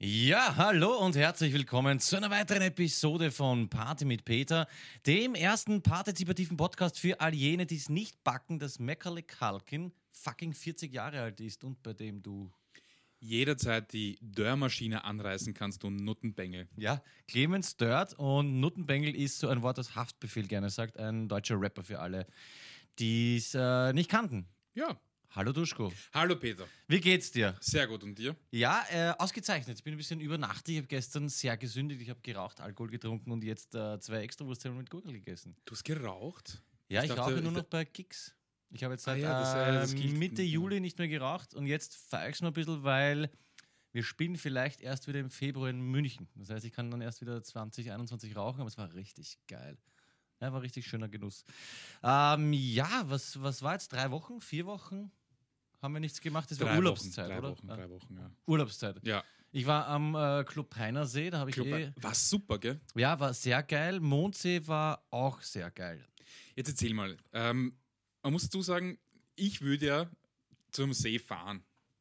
Ja, hallo und herzlich willkommen zu einer weiteren Episode von Party mit Peter, dem ersten partizipativen Podcast für all jene, die es nicht backen, dass Macaulay Culkin fucking 40 Jahre alt ist und bei dem du... Jederzeit die Dörrmaschine anreißen kannst, du Nuttenbengel. Ja, Clemens Dörr und Nuttenbengel ist so ein Wort, das Haftbefehl gerne sagt, ein deutscher Rapper für alle, die es nicht kannten. Ja. Hallo Duschko. Hallo Peter. Wie geht's dir? Sehr gut, und dir? Ja, ausgezeichnet. Ich bin ein bisschen übernachtet. Ich habe gestern sehr gesündigt. Ich habe geraucht, Alkohol getrunken und jetzt 2 Extrawurstzellen mit Gurkel gegessen. Du hast geraucht? Ja, ich rauche nur noch bei Gigs. Ich habe jetzt seit das Mitte Juli nicht mehr geraucht und jetzt feiere ich es mal ein bisschen, weil wir spielen vielleicht erst wieder im Februar in München. Das heißt, ich kann dann erst wieder 2021 rauchen, aber es war richtig geil. Ja, war richtig schöner Genuss. Was war jetzt? 3 Wochen? 4 Wochen? Haben wir nichts gemacht? Das war Urlaubszeit, oder? 3 Wochen, ja. Urlaubszeit. Ja. Ich war am Club Heinersee, da habe ich War super, gell? Ja, war sehr geil. Mondsee war auch sehr geil. Jetzt erzähl mal. Man muss dazu sagen, ich würde ja zum See fahren.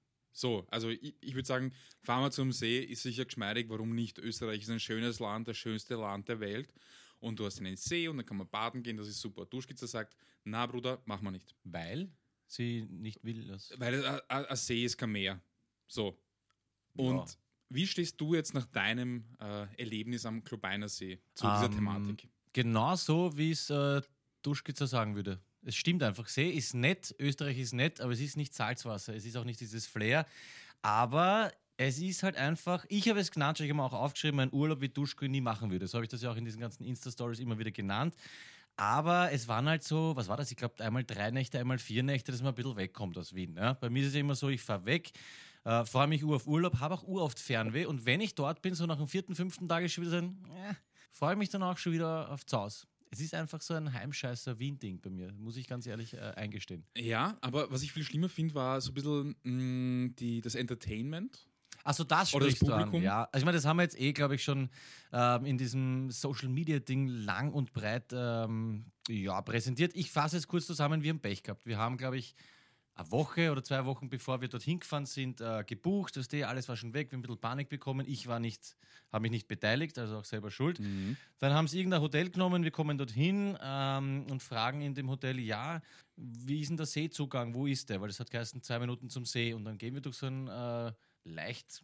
So, also ich würde sagen, fahren wir zum See, ist sicher geschmeidig. Warum nicht? Österreich ist ein schönes Land, das schönste Land der Welt. Und du hast einen See und dann kann man baden gehen, das ist super. Duschkizzer sagt, na Bruder, machen wir nicht. Weil sie nicht will. Weil ein See ist kein Meer. So. Und Ja. Wie stehst du jetzt nach deinem Erlebnis am Klobeiner See zu dieser Thematik? Genau so, wie es Duschkizzer sagen würde. Es stimmt einfach. See ist nett, Österreich ist nett, aber es ist nicht Salzwasser. Es ist auch nicht dieses Flair. Aber es ist halt einfach, ich habe es genannt, ich habe mir auch aufgeschrieben, ein Urlaub wie Duschko nie machen würde. So habe ich das ja auch in diesen ganzen Insta-Stories immer wieder genannt. Aber es waren halt so, was war das? Ich glaube, einmal 3 Nächte, einmal 4 Nächte, dass man ein bisschen wegkommt aus Wien. Ja? Bei mir ist es immer so, ich fahre weg, freue mich auf Urlaub, habe auch oft Fernweh. Und wenn ich dort bin, so nach dem 4., 5. Tag ist schon wieder so freue ich mich dann auch schon wieder auf Zaus. Es ist einfach so ein Heimscheißer Wien-Ding bei mir, muss ich ganz ehrlich eingestehen. Ja, aber was ich viel schlimmer finde, war so ein bisschen das Entertainment. Also das Oder das sprichst du an, Publikum? ja. Also ich meine, das haben wir jetzt glaube ich, schon in diesem Social-Media-Ding lang und breit präsentiert. Ich fasse es kurz zusammen, wir haben Pech gehabt. Wir haben, glaube ich, eine Woche oder 2 Wochen, bevor wir dorthin gefahren sind, gebucht. Alles war schon weg, wir haben ein bisschen Panik bekommen. Ich habe mich nicht beteiligt, also auch selber schuld. Dann haben sie irgendein Hotel genommen, wir kommen dorthin und fragen in dem Hotel, ja, wie ist denn der Seezugang, wo ist der? Weil das hat geheißen, 2 Minuten zum See. Und dann gehen wir durch so einen leicht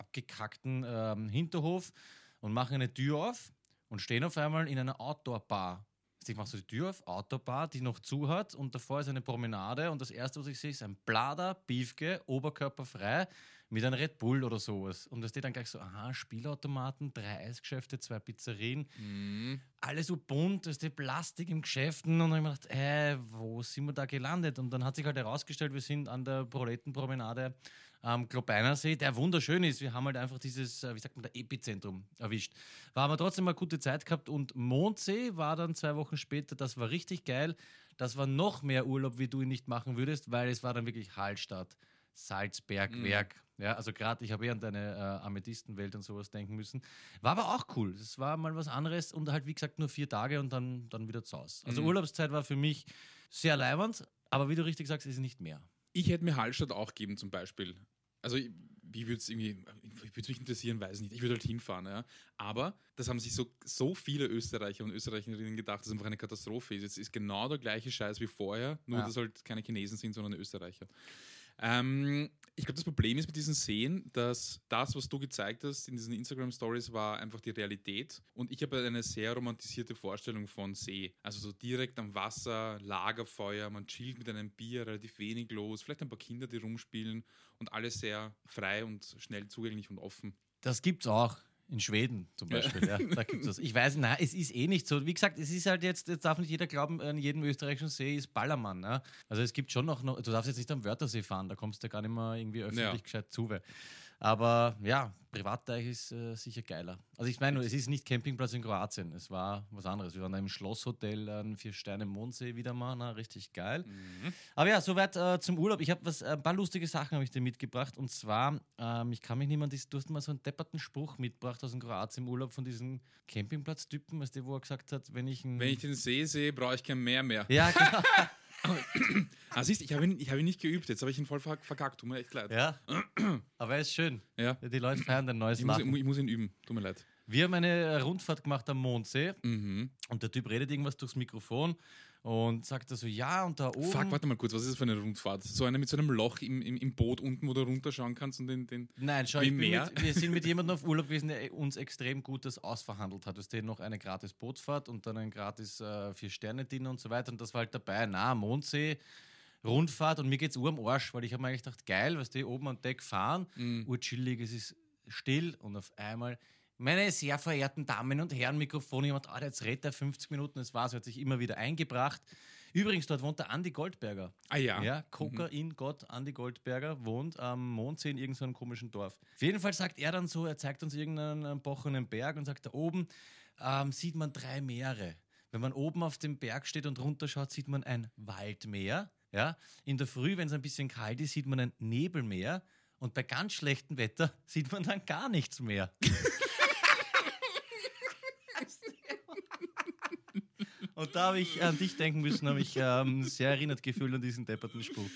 abgekackten Hinterhof und machen eine Tür auf und stehen auf einmal in einer Outdoor-Bar. Ich mache so die Tür auf, Outdoor-Bar, die noch zu hat und davor ist eine Promenade und das erste, was ich sehe, ist ein Blader, Biefke, oberkörperfrei mit einem Red Bull oder sowas. Und da steht dann gleich so, Spielautomaten, 3 Eisgeschäfte, 2 Pizzerien, alles so bunt, da steht Plastik im Geschäften und dann habe ich mir gedacht, wo sind wir da gelandet? Und dann hat sich halt herausgestellt, wir sind an der Proletenpromenade am Klobeiner See, der wunderschön ist. Wir haben halt einfach dieses, wie sagt man, der Epizentrum erwischt. War aber trotzdem eine gute Zeit gehabt und Mondsee war dann 2 Wochen später, das war richtig geil. Das war noch mehr Urlaub, wie du ihn nicht machen würdest, weil es war dann wirklich Hallstatt, Salzbergwerk. Ja, also gerade, ich habe an deine Amethystenwelt und sowas denken müssen. War aber auch cool. Das war mal was anderes und halt, wie gesagt, nur 4 Tage und dann wieder zu Hause. Also Urlaubszeit war für mich sehr leiwand, aber wie du richtig sagst, ist es nicht mehr. Ich hätte mir Hallstatt auch geben zum Beispiel. Also wie würde es mich interessieren, weiß ich nicht. Ich würde halt hinfahren, ja. Aber das haben sich so viele Österreicher und Österreicherinnen gedacht, dass es einfach eine Katastrophe ist. Jetzt ist genau der gleiche Scheiß wie vorher, nur dass halt keine Chinesen sind, sondern Österreicher. Ich glaube, das Problem ist mit diesen Seen, dass das, was du gezeigt hast in diesen Instagram-Stories, war einfach die Realität. Und ich habe eine sehr romantisierte Vorstellung von See. Also so direkt am Wasser, Lagerfeuer, man chillt mit einem Bier, relativ wenig los, vielleicht ein paar Kinder, die rumspielen und alles sehr frei und schnell zugänglich und offen. Das gibt's auch. In Schweden zum Beispiel, ja. Da gibt's das. Ich weiß, nein, es ist eh nicht so. Wie gesagt, es ist halt jetzt darf nicht jeder glauben, an jedem österreichischen See ist Ballermann. Ne? Also es gibt schon noch, du darfst jetzt nicht am Wörthersee fahren, da kommst du gar nicht mehr irgendwie öffentlich gescheit zu. Aber ja, Privatteich ist sicher geiler. Also ich meine, es ist nicht Campingplatz in Kroatien, es war was anderes. Wir waren da im Schlosshotel an 4 Sterne Mondsee wieder mal, richtig geil. Aber ja, soweit zum Urlaub. Ich habe ein paar lustige Sachen habe ich dir mitgebracht und zwar, ich kann mich nicht mehr du hast mal so einen depperten Spruch mitgebracht aus dem Kroatien im Urlaub von diesem Campingplatz-Typen, wo er gesagt hat, wenn ich den See sehe, brauche ich kein Meer mehr. Ja, genau. Siehst du, ich hab ihn nicht geübt, jetzt habe ich ihn voll verkackt, tut mir echt leid. Ja, aber er ist schön. Ja. Die Leute feiern dein neues Ich Lachen. muss ihn üben, tut mir leid. Wir haben eine Rundfahrt gemacht am Mondsee Mhm. und der Typ redet irgendwas durchs Mikrofon und sagt da so, ja, und da oben... Fuck, warte mal kurz, was ist das für eine Rundfahrt? So eine mit so einem Loch im Boot unten, wo du runterschauen kannst und den Nein, schau, wie mehr? wir sind mit jemandem auf Urlaub gewesen, der uns extrem Gutes ausverhandelt hat. Es steht noch eine gratis Bootsfahrt und dann ein gratis 4-Sterne-Dinner und so weiter. Und das war halt dabei. Mondsee, Rundfahrt und mir geht's am Arsch, weil ich habe mir eigentlich gedacht, geil, was die oben am Deck fahren, urchillig, es ist still und auf einmal, meine sehr verehrten Damen und Herren, Mikrofon, jemand, jetzt redet er 50 Minuten, das war's, er hat sich immer wieder eingebracht. Übrigens, dort wohnt der Andi Goldberger. Ah ja. Ja, Kokain-Gott Andi Goldberger wohnt am Mondsee in irgendeinem komischen Dorf. Auf jeden Fall sagt er dann so, er zeigt uns irgendeinen bochenen Berg und sagt, da oben sieht man 3 Meere. Wenn man oben auf dem Berg steht und runterschaut, sieht man ein Waldmeer. Ja? In der Früh, wenn es ein bisschen kalt ist, sieht man ein Nebelmeer. Und bei ganz schlechtem Wetter sieht man dann gar nichts mehr. Und da habe ich an dich denken müssen, habe ich sehr erinnert gefühlt an diesen depperten Spruch.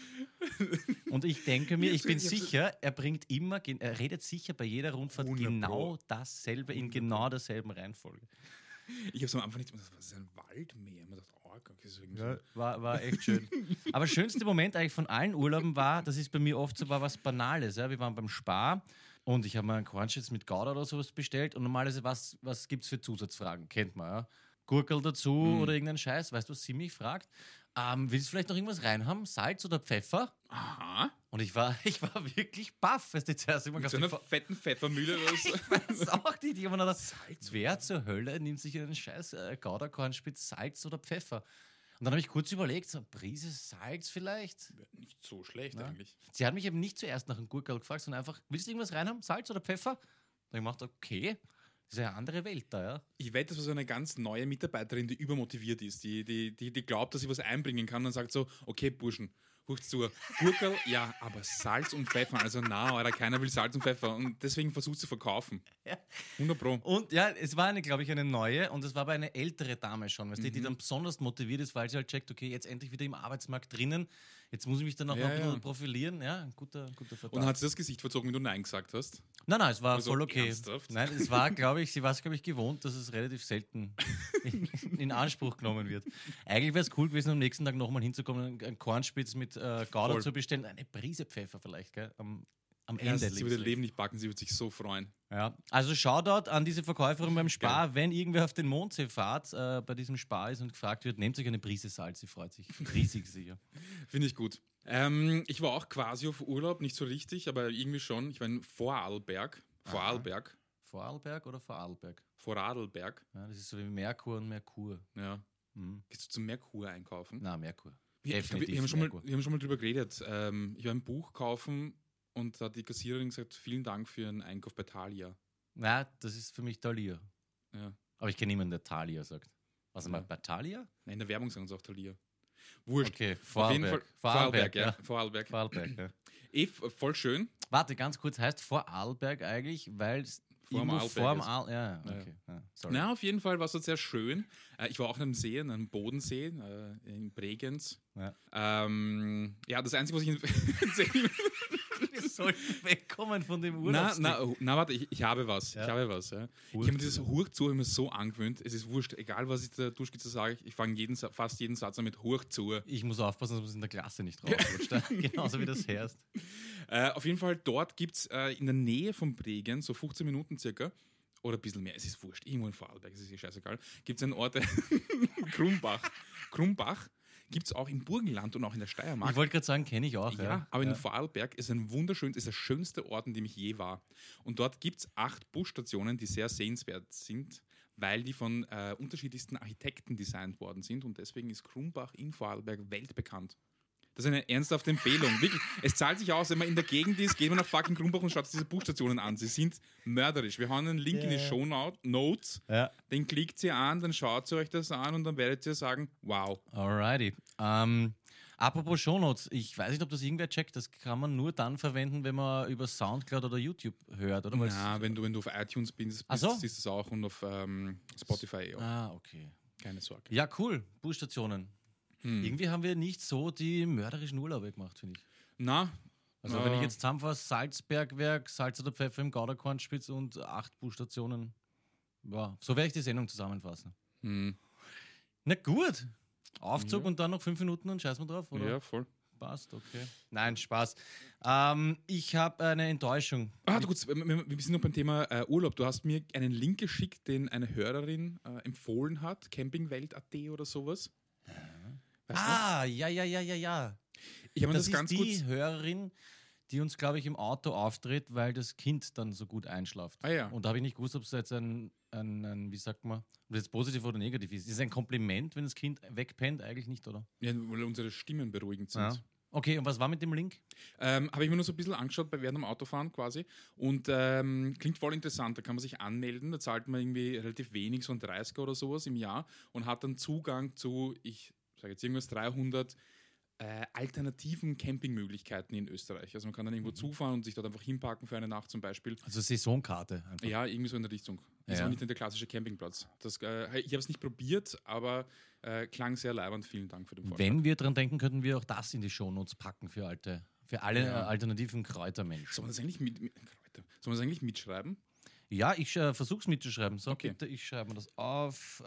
Und ich denke mir, ich bin sicher, er redet sicher bei jeder Rundfahrt 100%. genau dasselbe, in genau derselben Reihenfolge. Ich habe es am Anfang nicht was ist ein Waldmeer? Man dachte, okay, so irgendwie so. War echt schön. Aber der schönste Moment eigentlich von allen Urlauben war, das ist bei mir oft so, war was Banales. Ja? Wir waren beim Spar und ich habe mir einen Cornschitz mit Gouda oder sowas bestellt und normalerweise, was gibt es für Zusatzfragen? Kennt man, ja? Gurkel dazu oder irgendeinen Scheiß. Weißt du, was sie mich fragt? Willst du vielleicht noch irgendwas rein haben? Salz oder Pfeffer? Aha. Und ich war wirklich baff. Weißt du, zuerst immer Mit so einer fetten Pfeffermühle oder so. ich weiß auch nicht. Ich habe mir gedacht, wer zur Hölle nimmt sich einen scheiß Gouda-Cornspitz, Salz oder Pfeffer? Und dann habe ich kurz überlegt, so eine Prise Salz vielleicht? Nicht so schlecht eigentlich. Sie hat mich eben nicht zuerst nach einem Gurkel gefragt, sondern einfach, willst du irgendwas rein haben? Salz oder Pfeffer? Dann habe ich gedacht, okay, das ist eine andere Welt da, ja. Ich wette, das war so eine ganz neue Mitarbeiterin, die übermotiviert ist, die glaubt, dass sie was einbringen kann und sagt so, okay, Burschen, hucht's zu, Gurkel, ja, aber Salz und Pfeffer, also Alter, keiner will Salz und Pfeffer und deswegen versucht sie zu verkaufen. Ja. 100 Pro. Und ja, es war glaube ich, eine neue und es war aber eine ältere Dame schon, weißt du, die dann besonders motiviert ist, weil sie halt checkt, okay, jetzt endlich wieder im Arbeitsmarkt drinnen, jetzt muss ich mich dann auch noch ein bisschen profilieren, ja, ein guter Vertrag. Und hat sie das Gesicht verzogen, wenn du Nein gesagt hast? Nein, es war Also voll okay. ernsthaft? Nein, sie war es, glaube ich, gewohnt, dass es relativ selten in Anspruch genommen wird. Eigentlich wäre es cool gewesen, am nächsten Tag nochmal hinzukommen, einen Cornspitz mit Gouda Voll. zu bestellen, eine Prise Pfeffer vielleicht, gell? Am Ja, Ende. sie würde Leben nicht backen, sie würde sich so freuen. Ja. Also Shoutout an diese Verkäuferin beim Spar, wenn irgendwer auf den Mondsee fahrt, bei diesem Spar ist und gefragt wird, nehmt euch eine Prise Salz, sie freut sich riesig sicher. Finde ich gut. Ich war auch quasi auf Urlaub, nicht so richtig, aber irgendwie schon. Ich war in Vorarlberg. Vorarlberg. Vorarlberg oder Vorarlberg? Vorarlberg. Ja, das ist so wie Merkur und Merkur. Ja. Mhm. Gehst du zum Merkur einkaufen? Na, Merkur. Wir haben schon mal drüber geredet. Ich war ein Buch kaufen und da hat die Kassiererin gesagt, vielen Dank für einen Einkauf bei Thalia. Na, das ist für mich Thalia. Ja. Aber ich kenne niemanden, der Thalia sagt. Was Ja. mal bei Thalia? Nein, in der Werbung sagen sie auch Thalia. Wurscht. Okay, Auf jeden Fall Vorarlberg. Vorarlberg, ja. Vorarlberg. Vorarlberg, ja. Voll schön. Warte, ganz kurz, heißt Vorarlberg eigentlich, weil es Vorm irgendwo Arlberg vorm ist. Ja, okay. Ja, sorry. Na, auf jeden Fall war es dort sehr schön. Ich war auch an einem See, an einem Bodensee in Bregenz. Ja. Das Einzige, was ich Wir sollten wegkommen von dem Urlaub. na, warte, ich habe was. Ja. Ich habe was. Ja. Ich habe mir dieses Hurch zu immer so angewöhnt. Es ist wurscht, egal was ich der Duschspitze sage, ich fange fast jeden Satz an mit Hurch zu. Ich muss aufpassen, dass man es in der Klasse nicht rausrutscht. Genauso wie das herrscht. Auf jeden Fall, dort gibt es in der Nähe von Bregenz, so 15 Minuten circa, oder ein bisschen mehr, es ist wurscht, irgendwo in Vorarlberg, es ist scheißegal, gibt es einen Ort, Krumbach. Krumbach gibt es auch im Burgenland und auch in der Steiermark. Ich wollte gerade sagen, kenne ich auch. Ja, aber in Vorarlberg ist ein wunderschönes, ist der schönste Ort, in dem ich je war. Und dort gibt es 8 Busstationen, die sehr sehenswert sind, weil die von unterschiedlichsten Architekten designt worden sind. Und deswegen ist Krumbach in Vorarlberg weltbekannt. Das ist eine ernsthafte Empfehlung. Wirklich, es zahlt sich aus, wenn man in der Gegend ist, geht man nach fucking Krumbach und schaut sich diese Busstationen an. Sie sind mörderisch. Wir haben einen Link in die Shownotes. Ja. Den klickt ihr an, dann schaut ihr euch das an und dann werdet ihr sagen, wow. Alrighty. Apropos Shownotes, ich weiß nicht, ob das irgendwer checkt, das kann man nur dann verwenden, wenn man über Soundcloud oder YouTube hört, oder? Na, wenn du auf iTunes bist, so? siehst du es auch und auf Spotify auch. Ah, okay. Keine Sorge. Ja, cool. Busstationen. Irgendwie haben wir nicht so die mörderischen Urlaube gemacht, finde ich. Na, Also wenn ich jetzt zusammenfahre, Salzbergwerk, Salz oder Pfeffer im Gouda-Kornspitz und 8 Busstationen, ja, so werde ich die Sendung zusammenfassen. Na gut, Aufzug und dann noch 5 Minuten und scheiß mal drauf, oder? ja, voll. Passt, okay. Nein, Spaß. Ich habe eine Enttäuschung. Gut, wir sind noch beim Thema Urlaub. Du hast mir einen Link geschickt, den eine Hörerin empfohlen hat, campingwelt.at oder sowas. Weißt Ja. du? Ich habe mir Das das ist ganz die kurz... Hörerin, die uns, glaube ich, im Auto auftritt, weil das Kind dann so gut einschlaft. Ah ja. Und da habe ich nicht gewusst, ob es jetzt ein, wie sagt man, ob das jetzt positiv oder negativ ist. Ist es ein Kompliment, wenn das Kind wegpennt? Eigentlich nicht, oder? Ja, weil unsere Stimmen beruhigend sind. Ja. Okay, und was war mit dem Link? Habe ich mir nur so ein bisschen angeschaut während dem Autofahren quasi und klingt voll interessant. Da kann man sich anmelden, da zahlt man irgendwie relativ wenig, so ein 30er oder sowas im Jahr und hat dann Zugang zu, ich sage jetzt irgendwas, 300 alternativen Campingmöglichkeiten in Österreich. Also man kann dann irgendwo zufahren und sich dort einfach hinparken für eine Nacht zum Beispiel. Also Saisonkarte. Einfach. Ja, irgendwie so in der Richtung. Ist Ja. auch nicht der klassische Campingplatz. Ich habe es nicht probiert, aber klang sehr leibend. Vielen Dank für den Vorschlag. Wenn wir dran denken, könnten wir auch das in die Shownotes packen für alle alternativen Kräutermenschen. Soll man das eigentlich mitschreiben? Ja, ich versuche es mitzuschreiben. So, Okay. bitte, ich schreibe mir das auf.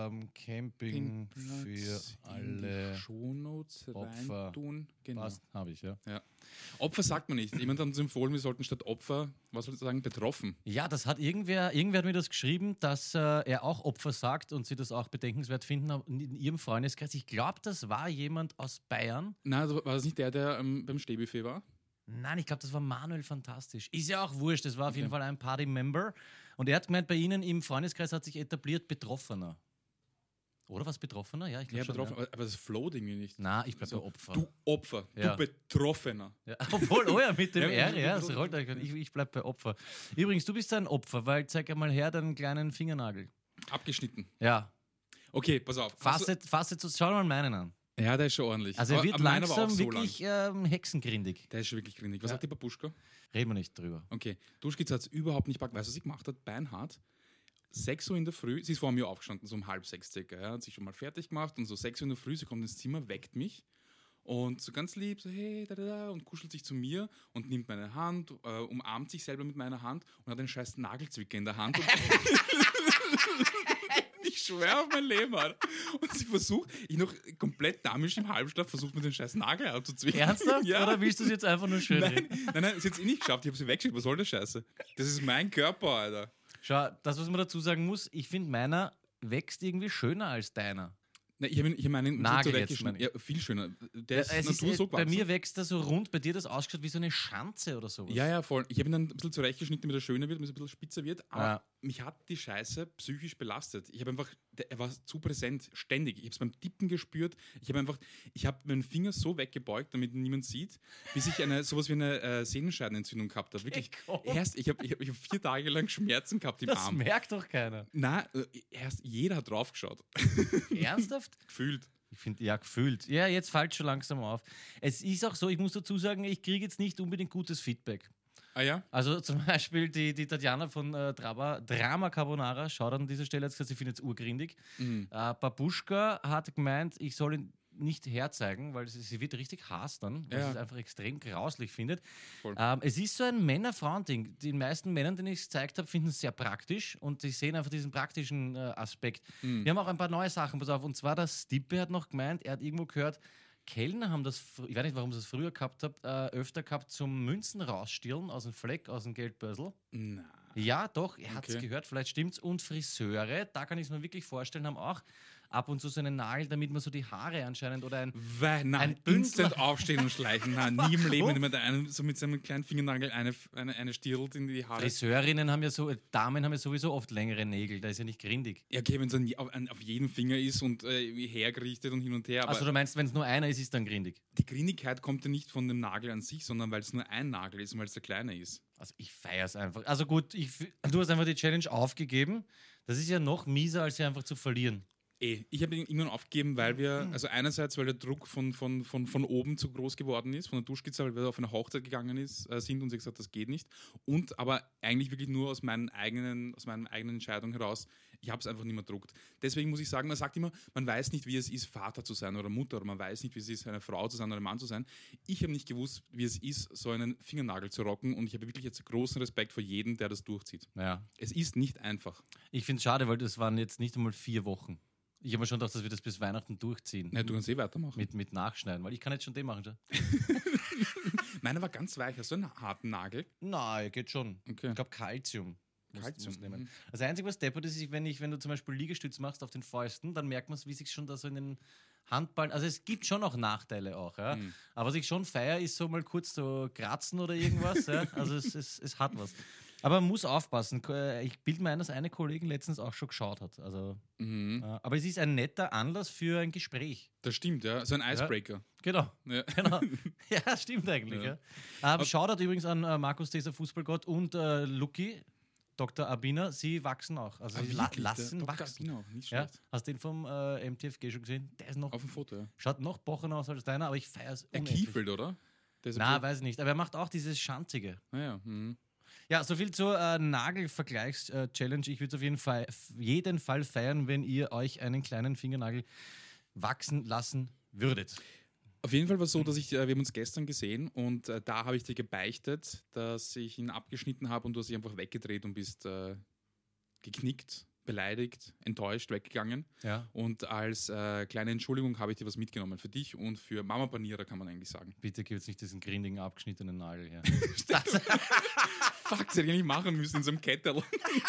Camping für alle. Shownotes Opfer. reintun. Genau. Passt, habe ich, ja. Ja. Opfer sagt man nicht. Jemand hat uns empfohlen, wir sollten statt Opfer, was soll ich sagen, betroffen. Ja, das hat irgendwer hat mir das geschrieben, dass er auch Opfer sagt und sie das auch bedenkenswert finden in ihrem Freundeskreis. Ich glaube, das war jemand aus Bayern. Nein, also war das nicht der beim Stehbuffet war? Nein, ich glaube, das war Manuel Fantastisch. Ist ja auch wurscht, das war auf jeden Fall ein Party-Member. Und er hat gemeint, bei Ihnen im Freundeskreis hat sich etabliert Betroffener. Oder was Betroffener? Ja, ich glaube Ja, schon. betroffen, Ja. aber das float irgendwie nicht. Nein, ich bleibe So, bei Opfer. Du Opfer, Ja. du Betroffener. Ja, obwohl, oh ja, mit dem Ja, R, ja, das rollt euch. Ich bleibe bei Opfer. Übrigens, du bist ein Opfer, weil zeig einmal her deinen kleinen Fingernagel. Abgeschnitten. Ja, Okay, pass auf. fasse zu, schau mal meinen an. Ja, der ist schon ordentlich. Also er Aber- wird aber meiner war auch langsam so wirklich hexengrindig. Der ist schon wirklich grindig. Was Ja. sagt die Babuschka? Reden wir nicht drüber. Okay, Duschkitz hat es überhaupt nicht packt. Weißt du, was sie gemacht hat? Beinhard. 6 Uhr in der Früh, sie ist vor mir aufgestanden, so um 5:30 circa. Ja, hat sich schon mal fertig gemacht und so 6 Uhr in der Früh, sie kommt ins Zimmer, weckt mich und so ganz lieb, so hey, und kuschelt sich zu mir und nimmt meine Hand, umarmt sich selber mit meiner Hand und hat einen scheiß Nagelzwicker in der Hand. Und ich schwöre auf mein Leben, Alter. Und sie versucht, ich noch komplett damisch im Halbschlaf, versucht mir den scheiß Nagel abzuzwicken. Ernsthaft? Ja. Oder willst du es jetzt einfach nur schön reden? Nein, sie hat es eh nicht geschafft. Ich habe sie weggeschickt. Was soll der Scheiße? Das ist mein Körper, Alter. Schau, das, was man dazu sagen muss, ich finde, meiner wächst irgendwie schöner als deiner. Nein, ich hab meinen Nagel so jetzt, zurechtgeschnitten. meine Ja, viel schöner. Der ist Es Natur so bei gewachsen. mir wächst er so rund, bei dir das ausgeschaut wie so eine Schanze oder sowas. Ja, voll. Ich habe ihn dann ein bisschen zurechtgeschnitten, damit er schöner wird, damit er ein bisschen spitzer wird. Aber Ja. mich hat die Scheiße psychisch belastet. Ich habe einfach, er war zu präsent, ständig. Ich habe es beim Tippen gespürt. Ich habe meinen Finger so weggebeugt, damit ihn niemand sieht, bis ich sowas wie eine Sehnenscheidenentzündung gehabt habe. Wirklich. Komm. Ich habe 4 Tage lang Schmerzen gehabt im Das Arm. merkt doch keiner. Nein, jeder hat draufgeschaut. Ernsthaft? Gefühlt. Ich finde, ja, gefühlt. Ja, jetzt fällt schon langsam auf. Es ist auch so, ich muss dazu sagen, ich kriege jetzt nicht unbedingt gutes Feedback. Ah ja? Also zum Beispiel die Tatjana von Drama Carbonara, schaut an dieser Stelle, hat gesagt, sie findet es urgrindig. Babuschka hat gemeint, ich soll ihn nicht herzeigen, weil sie wird richtig hasern, weil Ja. sie es einfach extrem grauslich findet. Voll. Es ist so ein Männer-Frauen-Ding. Die meisten Männern, denen ich es gezeigt habe, finden es sehr praktisch und die sehen einfach diesen praktischen Aspekt. Wir haben auch ein paar neue Sachen, pass auf, und zwar der Stippe hat noch gemeint, er hat irgendwo gehört, Kellner haben das, ich weiß nicht, warum sie es früher gehabt habt, öfter gehabt zum Münzen rausstehlen aus dem Fleck, aus dem Geldbörsel. Na. Ja, doch, er hat es Okay. gehört, vielleicht stimmt's. Und Friseure, da kann ich es mir wirklich vorstellen, haben auch ab und zu so einen Nagel, damit man so die Haare anscheinend oder ein Nein, Ein Bündler- instant aufstehen und schleichen. Nein, nie im Leben, wenn jemand einen so mit seinem kleinen Fingernagel eine stiehlt in die Haare. Friseurinnen haben ja so, Damen haben ja sowieso oft längere Nägel, da ist ja nicht grindig. Ja, okay, wenn es auf jedem Finger ist und hergerichtet und hin und her. Aber Also du meinst, wenn es nur einer ist, ist dann grindig. die Grindigkeit kommt ja nicht von dem Nagel an sich, sondern weil es nur ein Nagel ist und weil es der kleine ist. Also ich feiere es einfach. Also gut, du hast einfach die Challenge aufgegeben. Das ist ja noch mieser, als sie einfach zu verlieren. Ich habe ihn irgendwann aufgegeben, weil also einerseits, weil der Druck von oben zu groß geworden ist, von der Duschskizze, weil wir auf eine Hochzeit gegangen sind und sie gesagt, das geht nicht. Und aber eigentlich wirklich nur aus meiner eigenen Entscheidung heraus, ich habe es einfach nicht mehr druckt. Deswegen muss ich sagen, man sagt immer, man weiß nicht, wie es ist, Vater zu sein oder Mutter, oder man weiß nicht, wie es ist, eine Frau zu sein oder ein Mann zu sein. Ich habe nicht gewusst, wie es ist, so einen Fingernagel zu rocken, und ich habe wirklich jetzt großen Respekt vor jedem, der das durchzieht. Ja. Es ist nicht einfach. Ich finde es schade, weil das waren jetzt nicht einmal 4 Wochen. Ich habe mir schon gedacht, dass wir das bis Weihnachten durchziehen. Ja, du kannst weitermachen. Mit Nachschneiden, weil ich kann jetzt schon den machen. Schon. Meiner war ganz weich. Hast du einen harten Nagel? Nein, geht schon. Okay. Ich glaube, Calcium. Muss nehmen. Mhm. Das Einzige, was deppert ist, wenn du zum Beispiel Liegestütz machst auf den Fäusten, dann merkt man es, wie sich schon da so in den Handballen. Also es gibt schon auch Nachteile auch, ja. Mhm. Aber was ich schon feiere, ist so mal kurz so kratzen oder irgendwas. Ja. Also es hat was. Aber man muss aufpassen. Ich bilde mir ein, dass eine Kollegin letztens auch schon geschaut hat. Also, aber es ist ein netter Anlass für ein Gespräch. Das stimmt, ja. So ein Icebreaker. Genau. Ja. Genau. Ja, stimmt eigentlich. Ja. Ja. Shoutout übrigens an Markus, dieser Fußballgott, und Luki, Dr. Abina. Sie wachsen auch. Also sie lassen wachsen. Genau, nicht Ja? schlecht. Hast du den vom MTFG schon gesehen? Der ist noch, Auf dem Foto, ja. schaut noch bochener aus als deiner, aber ich feiere es Er unendlich. kiefelt, oder? Na, weiß ich nicht. Aber er macht auch dieses Schanzige. Naja. Mhm. Ja, soviel zur Nagelvergleichs-Challenge. Ich würde es auf jeden Fall feiern, wenn ihr euch einen kleinen Fingernagel wachsen lassen würdet. Auf jeden Fall war es so, dass wir haben uns gestern gesehen, und da habe ich dir gebeichtet, dass ich ihn abgeschnitten habe, und du hast dich einfach weggedreht und bist geknickt, beleidigt, enttäuscht, weggegangen. Ja. Und als kleine Entschuldigung habe ich dir was mitgenommen. Für dich und für Mama Panierer, kann man eigentlich sagen. Bitte gib jetzt nicht diesen grindigen, abgeschnittenen Nagel her. Fuck, das hätte ich nicht machen müssen in so einem Kettel.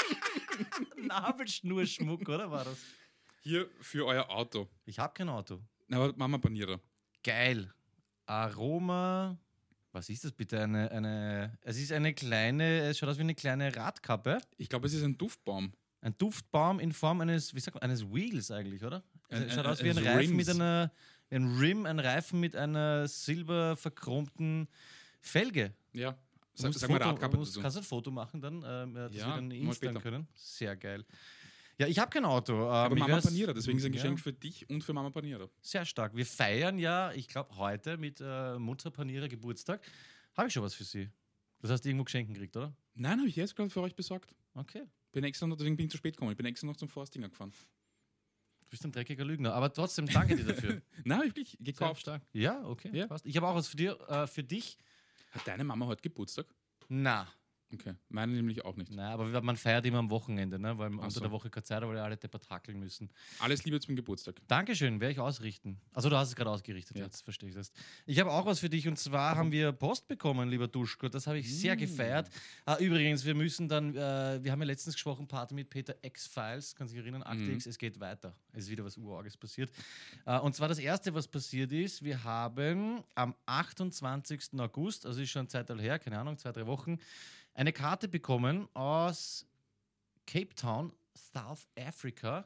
Nabelschnurschmuck, oder war das? Hier für euer Auto. Ich habe kein Auto. Aber Mama Panierer. Geil. Aroma. Was ist das bitte? Es ist eine kleine, es schaut aus wie eine kleine Radkappe. Ich glaube, es ist ein Duftbaum. Ein Duftbaum in Form eines, wie sagt man, eines Wheels eigentlich, oder? Es schaut aus wie ein eines Reifen Rims. ein Reifen mit einer silber verchromten Felge. Ja. Du Sag mal Radkappe dazu. Kannst du ein Foto machen dann, dass Ja, wir dann mal installieren später. können? Sehr geil. Ja, ich habe kein Auto. Aber ich Mama werd's- Panierer, deswegen ist ein Ja, Geschenk für dich und für Mama Panierer. sehr stark. Wir feiern ja, ich glaube, heute mit Mutter Panierer Geburtstag. Habe ich schon was für sie. Das hast du irgendwo geschenkt gekriegt, oder? Nein, habe ich jetzt gerade für euch besorgt. Okay. Deswegen bin ich zu spät gekommen. Ich bin extra noch zum Forstinger gefahren. Du bist ein dreckiger Lügner. Aber trotzdem danke dir dafür. Nein, habe ich wirklich Sehr gekauft. stark. Ja, okay. Ja. Passt. Ich habe auch was für dich. Hat deine Mama heute Geburtstag? Na. Okay, meine nämlich auch nicht. Na, aber man feiert immer am Wochenende, ne? Weil unter so. der Woche keine Zeit, weil wir alle deppert hackeln müssen. Alles Liebe zum Geburtstag. Dankeschön, werde ich ausrichten. Also du hast es gerade ausgerichtet, Ja. jetzt verstehe ich das. Ich habe auch was für dich, und zwar haben wir Post bekommen, lieber Duschko. Das habe ich sehr gefeiert. Übrigens, wir müssen dann, wir haben ja letztens gesprochen, Party mit Peter X-Files, kannst du dich erinnern, Akte X, es geht weiter. Es ist wieder was Urorges passiert. Und zwar das Erste, was passiert ist, wir haben am 28. August, also ist schon eine Zeit her, keine Ahnung, 2-3 Wochen, eine Karte bekommen aus Cape Town, South Africa.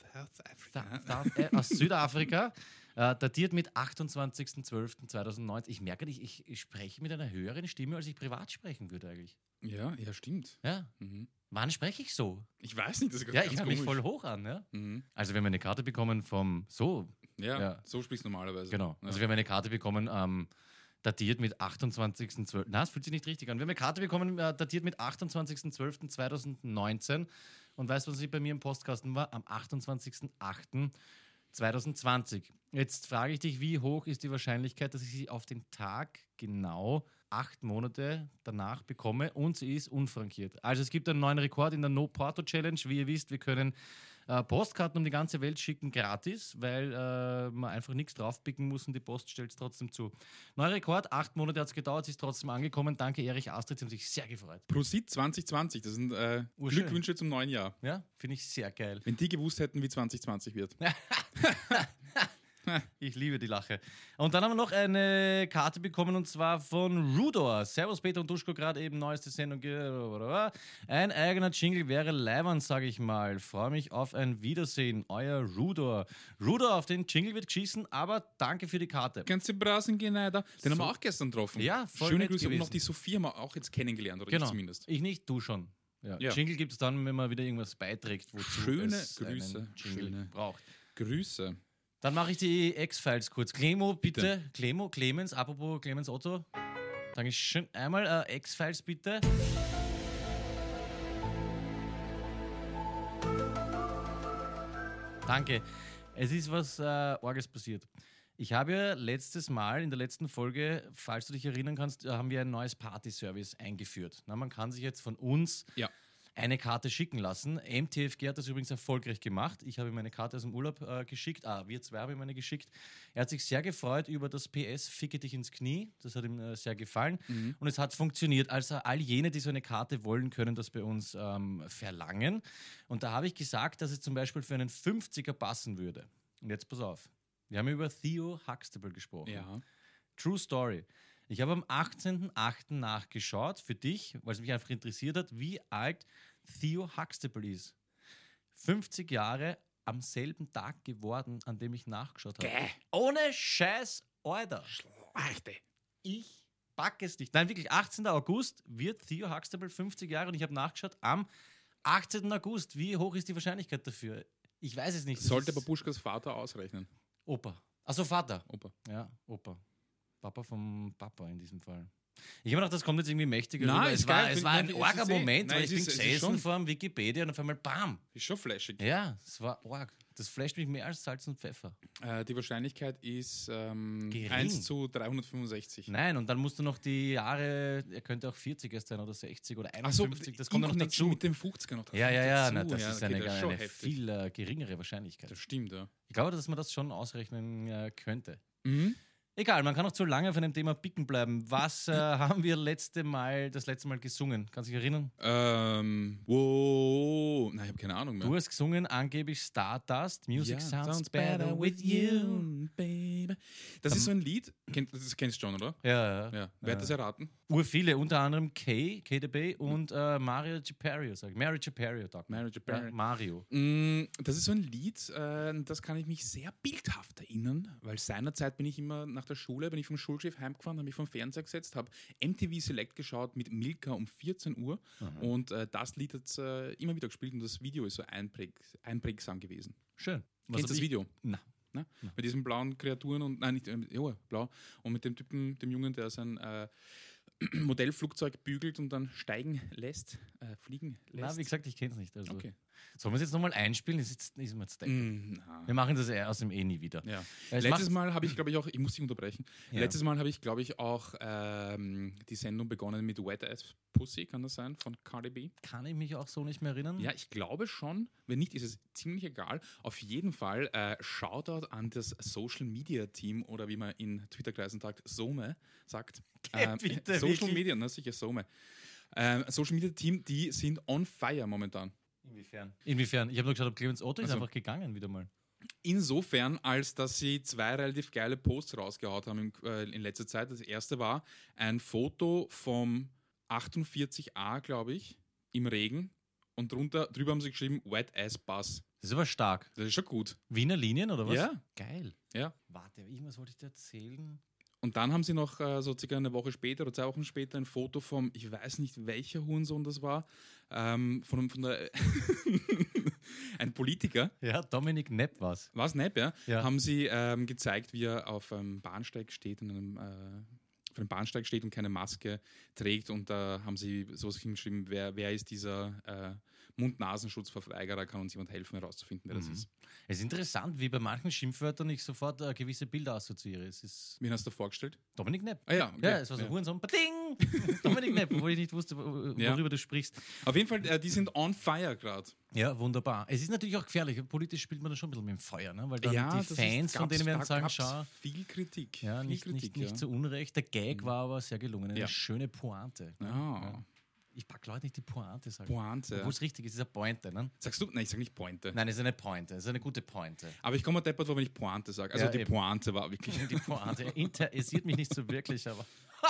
Aus Südafrika, datiert mit 28.12.2019. Ich merke, ich spreche mit einer höheren Stimme, als ich privat sprechen würde eigentlich. Ja, stimmt. Ja. Mhm. Wann spreche ich so? Ich weiß nicht, das ist Ja, ganz ich höre mich komisch. voll hoch an. Ja? Mhm. Also wir haben eine Karte bekommen vom, Ja, Ja. so sprichst du normalerweise. genau. Ja. Also wir haben eine Karte bekommen, datiert mit 28.12. Na, es fühlt sich nicht richtig an. Wir haben eine Karte bekommen, datiert mit 28.12.2019. Und weißt du, was bei mir im Postkasten war? Am 28.08.2020. Jetzt frage ich dich, wie hoch ist die Wahrscheinlichkeit, dass ich sie auf den Tag genau 8 Monate danach bekomme, und sie ist unfrankiert. Also es gibt einen neuen Rekord in der No Porto Challenge. Wie ihr wisst, wir können Postkarten um die ganze Welt schicken, gratis, weil man einfach nichts draufpicken muss und die Post stellt es trotzdem zu. Neuer Rekord, 8 Monate hat es gedauert, sie ist trotzdem angekommen. Danke, Erich Astrid, sie haben sich sehr gefreut. Prosit 2020, das sind Urschön. Glückwünsche zum neuen Jahr. Ja, finde ich sehr geil. Wenn die gewusst hätten, wie 2020 wird. Ich liebe die Lache. Und dann haben wir noch eine Karte bekommen, und zwar von Rudor. Servus Peter und Duschko, gerade eben neueste Sendung. Ein eigener Jingle wäre leibend, sage ich mal. Freue mich auf ein Wiedersehen. Euer Rudor. Rudor, auf den Jingle wird geschissen, aber danke für die Karte. Ganze Brasen gehen da. Den haben So. wir auch gestern getroffen. Ja, voll Schöne nett Grüße. Und gewesen. noch die Sophie haben wir auch jetzt kennengelernt, oder Genau. ich zumindest. Ich nicht, du schon. Ja. Ja. Jingle gibt es dann, wenn man wieder irgendwas beiträgt, wozu Schöne es Grüße. einen Jingle Schöne. braucht. Grüße. Dann mache ich die X-Files kurz. Clemo, bitte. Clemens, apropos Clemens Otto. Dankeschön. Einmal X-Files, bitte. Danke. Es ist was Orges passiert. Ich habe ja letztes Mal, in der letzten Folge, falls du dich erinnern kannst, haben wir ein neues Party-Service eingeführt. Na, man kann sich jetzt von uns eine Karte schicken lassen. MTFG hat das übrigens erfolgreich gemacht. Ich habe ihm eine Karte aus dem Urlaub geschickt. Wir zwei haben ihm eine geschickt. Er hat sich sehr gefreut über das PS Ficke dich ins Knie. Das hat ihm sehr gefallen. Und es hat funktioniert. Also all jene, die so eine Karte wollen, können das bei uns verlangen. Und da habe ich gesagt, dass es zum Beispiel für einen 50er passen würde. Und jetzt pass auf. Wir haben über Theo Huxtable gesprochen. Ja. True Story. Ich habe am 18.08. nachgeschaut für dich, weil es mich einfach interessiert hat, wie alt Theo Huxtable ist. 50 Jahre am selben Tag geworden, an dem ich nachgeschaut habe. Ohne Scheiß, Alter. Schlechte. Ich packe es nicht. Nein, wirklich, 18. August wird Theo Huxtable 50 Jahre und ich habe nachgeschaut, am 18. August. Wie hoch ist die Wahrscheinlichkeit dafür? Ich weiß es nicht. Sollte Babuschkas Vater ausrechnen. Opa. Achso, Vater. Opa. Ja, Opa. Papa vom Papa in diesem Fall. Ich habe gedacht, das kommt jetzt irgendwie mächtiger Nein, rüber. ist Es war, geil. es war ein Nein, arger es ist Moment, nein, weil ich es bin ist- es ist gesessen schon- vor dem Wikipedia und auf einmal BAM! Ist schon flashig. Ja, es war arg. Das flasht mich mehr als Salz und Pfeffer. Die Wahrscheinlichkeit ist Gering. 1 zu 365. Nein, und dann musst du noch die Jahre, er könnte auch 40 erst sein oder 60 oder Achso, 51, das kommt dann noch Connection dazu. mit dem 50er noch Ja, dazu. na, das ist okay, eine, das ist schon eine heftig. viel geringere Wahrscheinlichkeit. Das stimmt, ja. Ich glaube, dass man das schon ausrechnen könnte. Mhm. Egal, man kann auch zu lange auf einem Thema picken bleiben. Was haben wir das letzte Mal gesungen? Kannst du dich erinnern? Nein, ich habe keine Ahnung mehr. Du hast gesungen angeblich Stardust, Music Ja, sounds better with you. baby. Das ist so ein Lied, das kennst du schon, oder? Ja. Ja. Wer hat das erraten? Urviele, unter anderem KDB und Mario Gepario, sag ich. Mary Gepario, sagt man. Mary Gepario. Ja, Mario. Das ist so ein Lied, das kann ich mich sehr bildhaft erinnern, weil seinerzeit bin ich immer nach der Schule, bin ich vom Schulschiff heimgefahren, habe mich vom Fernseher gesetzt, habe MTV Select geschaut mit Milka um 14 Uhr und das Lied hat immer wieder gespielt und das Video ist so einprägsam gewesen. Schön. Kennst du das Video? Na. Ne? Mit diesen blauen Kreaturen und, nein, nicht, blau, und mit dem Typen, dem Jungen, der sein Modellflugzeug bügelt und dann fliegen lässt. Na, wie gesagt, ich kenne es nicht. Also. Okay. Sollen wir es jetzt nochmal einspielen? Ist mir jetzt Na. Wir machen das aus dem nie wieder. Ja. Weil es Letztes macht- Mal habe ich, glaube ich, auch, ich muss dich unterbrechen, Ja. letztes Mal habe ich, glaube ich, auch die Sendung begonnen mit Wet Ass Pussy, kann das sein, von Cardi B? Kann ich mich auch so nicht mehr erinnern? Ja, ich glaube schon. Wenn nicht, ist es ziemlich egal. Auf jeden Fall Shoutout an das Social Media Team oder wie man in Twitter-Kreisen sagt, SOME sagt. Bitte, Social wirklich? Media, na sicher, SOME. Social Media Team, die sind on fire momentan. Inwiefern? Ich habe nur geschaut, ob Clemens Otto ist Also- einfach gegangen wieder mal. Insofern, als dass sie 2 relativ geile Posts rausgehaut haben in letzter Zeit. Das erste war ein Foto vom 48a, glaube ich, im Regen. Und drüber haben sie geschrieben, Wet Ass Bus. Das ist aber stark. Das ist schon gut. Wiener Linien oder was? Ja. Geil. Ja. Warte, irgendwas wollte ich dir erzählen. Und dann haben sie noch so circa eine Woche später oder 2 Wochen später ein Foto vom, ich weiß nicht welcher Hurensohn das war, von der ein Politiker, Ja, Dominik Nepp war's. war es Nepp, ja? Ja. Haben sie gezeigt, wie er auf einem Bahnsteig steht, auf einem Bahnsteig steht und keine Maske trägt. Und da haben sie sowas hingeschrieben, wer ist dieser Mund-Nasenschutz-Verweigerer, kann uns jemand helfen herauszufinden, wer das ist. Es ist interessant, wie bei manchen Schimpfwörtern ich sofort gewisse Bilder assoziiere. Es ist Wen hast du vorgestellt? Dominik Nepp. Ah ja, okay. Ja, es war so Hurensohn. Bading! Dominik Nepp, obwohl ich nicht wusste, worüber Ja. du sprichst. Auf jeden Fall, die sind on fire gerade. Ja, wunderbar. Es ist natürlich auch gefährlich. Politisch spielt man da schon ein bisschen mit dem Feuer, ne? Weil dann Ja, die Fans, von denen werden sagen, schau, viel Kritik. ja, viel nicht, Kritik, nicht zu Unrecht. Der Gag war aber sehr gelungen. Eine Ja. schöne Pointe. Ne? Ja. Ich pack Leute nicht die Pointe sagen. Pointe. Obwohl es richtig ist, es ist eine Pointe. Ne? Sagst du? Nein, ich sage nicht Pointe. Nein, es ist eine Pointe. Es ist eine gute Pointe. Aber ich komme mal deppert vor, wenn ich Pointe sage. Also Ja, die eben. Pointe war wirklich. Die Pointe interessiert mich nicht so wirklich, aber.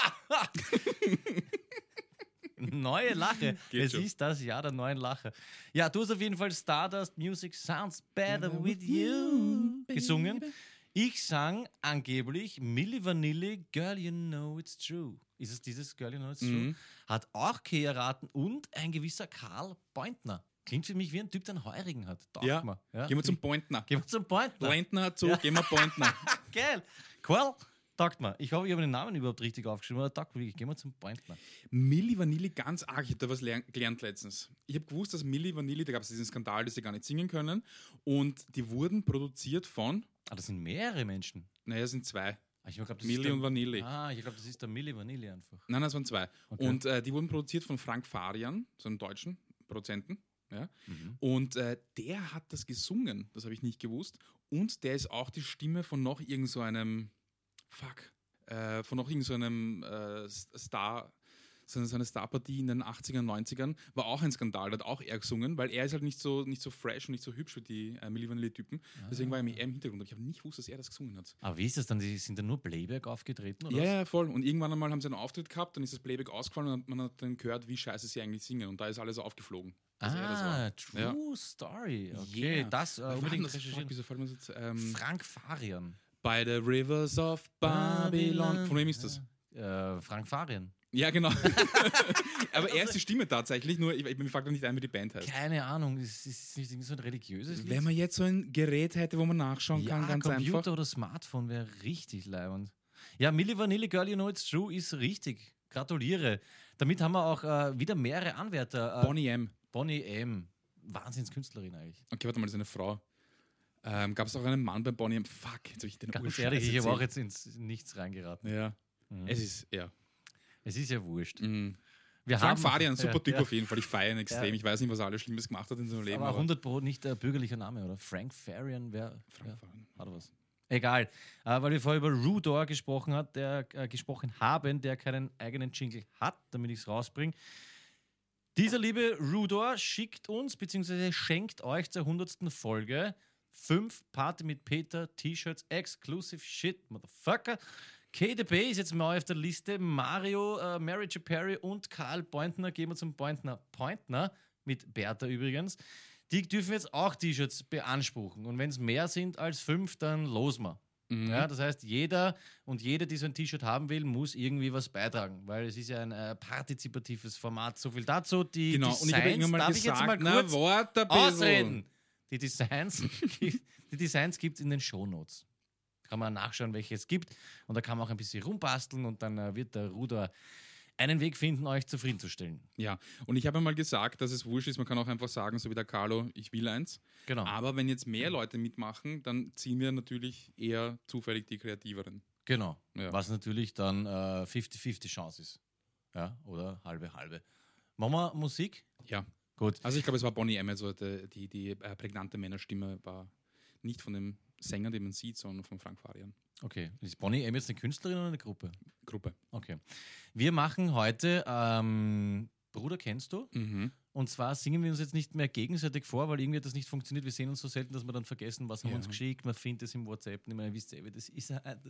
Neue Lache. Geht Es schon. ist das Jahr der neuen Lache. Ja, du hast auf jeden Fall Stardust Music Sounds Better with You gesungen. Ich sang angeblich Milli Vanilli, Girl, You Know It's True. Ist es dieses Girl, You Know It's True? Hat auch Kay erraten und ein gewisser Karl Beutner. Klingt für mich wie ein Typ, der einen Heurigen hat. Taugt Ja. mir. Ja. Gehen wir zum Pointner. Gehen wir zum Pointner. Lentner zu, Ja. gehen wir Pointner. Geil. Cool. Taugt mir. Ich hoffe, ich habe den Namen überhaupt richtig aufgeschrieben, aber taugt mir wirklich. Gehen wir zum Pointner. Milli Vanilli, ganz arg. Ich habe da was gelernt letztens. Ich habe gewusst, dass Milli Vanilli, da gab es diesen Skandal, dass sie gar nicht singen können. Und die wurden produziert von, Ah, das sind mehrere Menschen. naja, es sind zwei. Ah, ich glaub, das Milli ist der, und Vanilli. ich glaube, das ist der Milli Vanilli einfach. Nein, das waren zwei. Okay. Und die wurden produziert von Frank Farian, so einem deutschen Produzenten. Ja? Mhm. Und der hat das gesungen, das habe ich nicht gewusst. Und der ist auch die Stimme von noch irgend so einem, von noch irgend so einem Star, so eine Starpartie in den 80ern, 90ern, war auch ein Skandal, da hat auch er gesungen, weil er ist halt nicht so fresh und nicht so hübsch wie die Milli Vanilli-Typen. Deswegen war er eher im Hintergrund. Aber ich habe nicht gewusst, dass er das gesungen hat. Aber wie ist das dann? Die sind dann nur Playback aufgetreten? Oder Ja, was? ja, voll. Und irgendwann einmal haben sie einen Auftritt gehabt, dann ist das Playback ausgefallen und man hat dann gehört, wie scheiße sie eigentlich singen. Und da ist alles aufgeflogen. dass er das war. True Story. Okay, Yeah. das Wer war denn unbedingt das? recherchieren. Fuck, wieso fällt mir das jetzt, Frank Farian. By the Rivers of Babylon. Von wem ist das? Frank Farian. Ja, genau. Aber er ist die Stimme tatsächlich, nur mir fällt nicht ein, wie die Band heißt. Keine Ahnung, ist nicht irgendwie so ein religiöses Lied? Wenn man jetzt so ein Gerät hätte, wo man nachschauen kann, ganz Computer einfach. oder Smartphone wäre richtig leibend. Ja, Milli Vanilli, Girl, You Know It's True ist richtig. Gratuliere. Damit haben wir auch wieder mehrere Anwärter. Bonnie M. Bonnie M. Wahnsinnskünstlerin eigentlich. Okay, warte mal, das ist eine Frau. Gab es auch einen Mann bei Bonnie M? Fuck, jetzt habe ich den Ganz Urscheiß ehrlich, ich habe auch erzählt. jetzt ins Nichts reingeraten. Ja, Mhm. es ist, ja. Es ist ja wurscht. Mhm. Wir Frank haben Farian, super Typ ja, auf jeden Fall. Ich feiere ihn extrem. Ja. Ich weiß nicht, was er alles Schlimmes gemacht hat in seinem Leben. aber 100 Pro nicht der bürgerliche Name, oder? Frank Farian, Frank Farian. hat er was? Egal, weil wir vorher über Rudor gesprochen haben, der keinen eigenen Jingle hat, damit ich es rausbringe. Dieser liebe Rudor schickt uns, beziehungsweise schenkt euch zur 100. Folge 5 Party mit Peter T-Shirts, Exclusive Shit, Motherfucker. KDB ist jetzt neu auf der Liste. Mario, Mary J. Perry und Karl Pointner. Gehen wir zum Pointner mit Bertha übrigens. Die dürfen jetzt auch T-Shirts beanspruchen. Und wenn es mehr sind als 5, dann los mal. Mhm. Ja, das heißt, jeder und jede, die so ein T-Shirt haben will, muss irgendwie was beitragen, weil es ist ja ein partizipatives Format. So viel dazu. Die Genau, und ich habe irgendwann mal darf ich jetzt gesagt, mal kurz warte ein bisschen. ausreden. Die Designs gibt es in den Shownotes. Kann man nachschauen, welche es gibt. Und da kann man auch ein bisschen rumbasteln und dann wird der Ruder einen Weg finden, euch zufriedenzustellen. Ja, und ich habe mal gesagt, dass es wurscht ist. Man kann auch einfach sagen, so wie der Carlo, ich will eins. Genau. Aber wenn jetzt mehr Leute mitmachen, dann ziehen wir natürlich eher zufällig die Kreativeren. Genau. Ja. Was natürlich dann 50-50 Chance ist. Ja, oder halbe. Machen wir Musik? Ja. Gut. Also ich glaube, es war Bonnie M. Also die prägnante Männerstimme war nicht von dem Sänger, den man sieht, sondern von Frank Farian. Okay. Ist Bonnie M jetzt eine Künstlerin oder eine Gruppe? Gruppe. Okay. Wir machen heute Bruder, kennst du? Mhm. Und zwar singen wir uns jetzt nicht mehr gegenseitig vor, weil irgendwie hat das nicht funktioniert. Wir sehen uns so selten, dass wir dann vergessen, was haben wir uns geschickt. Man findet es im WhatsApp nicht mehr. Ihr wisst ja, wie das ist.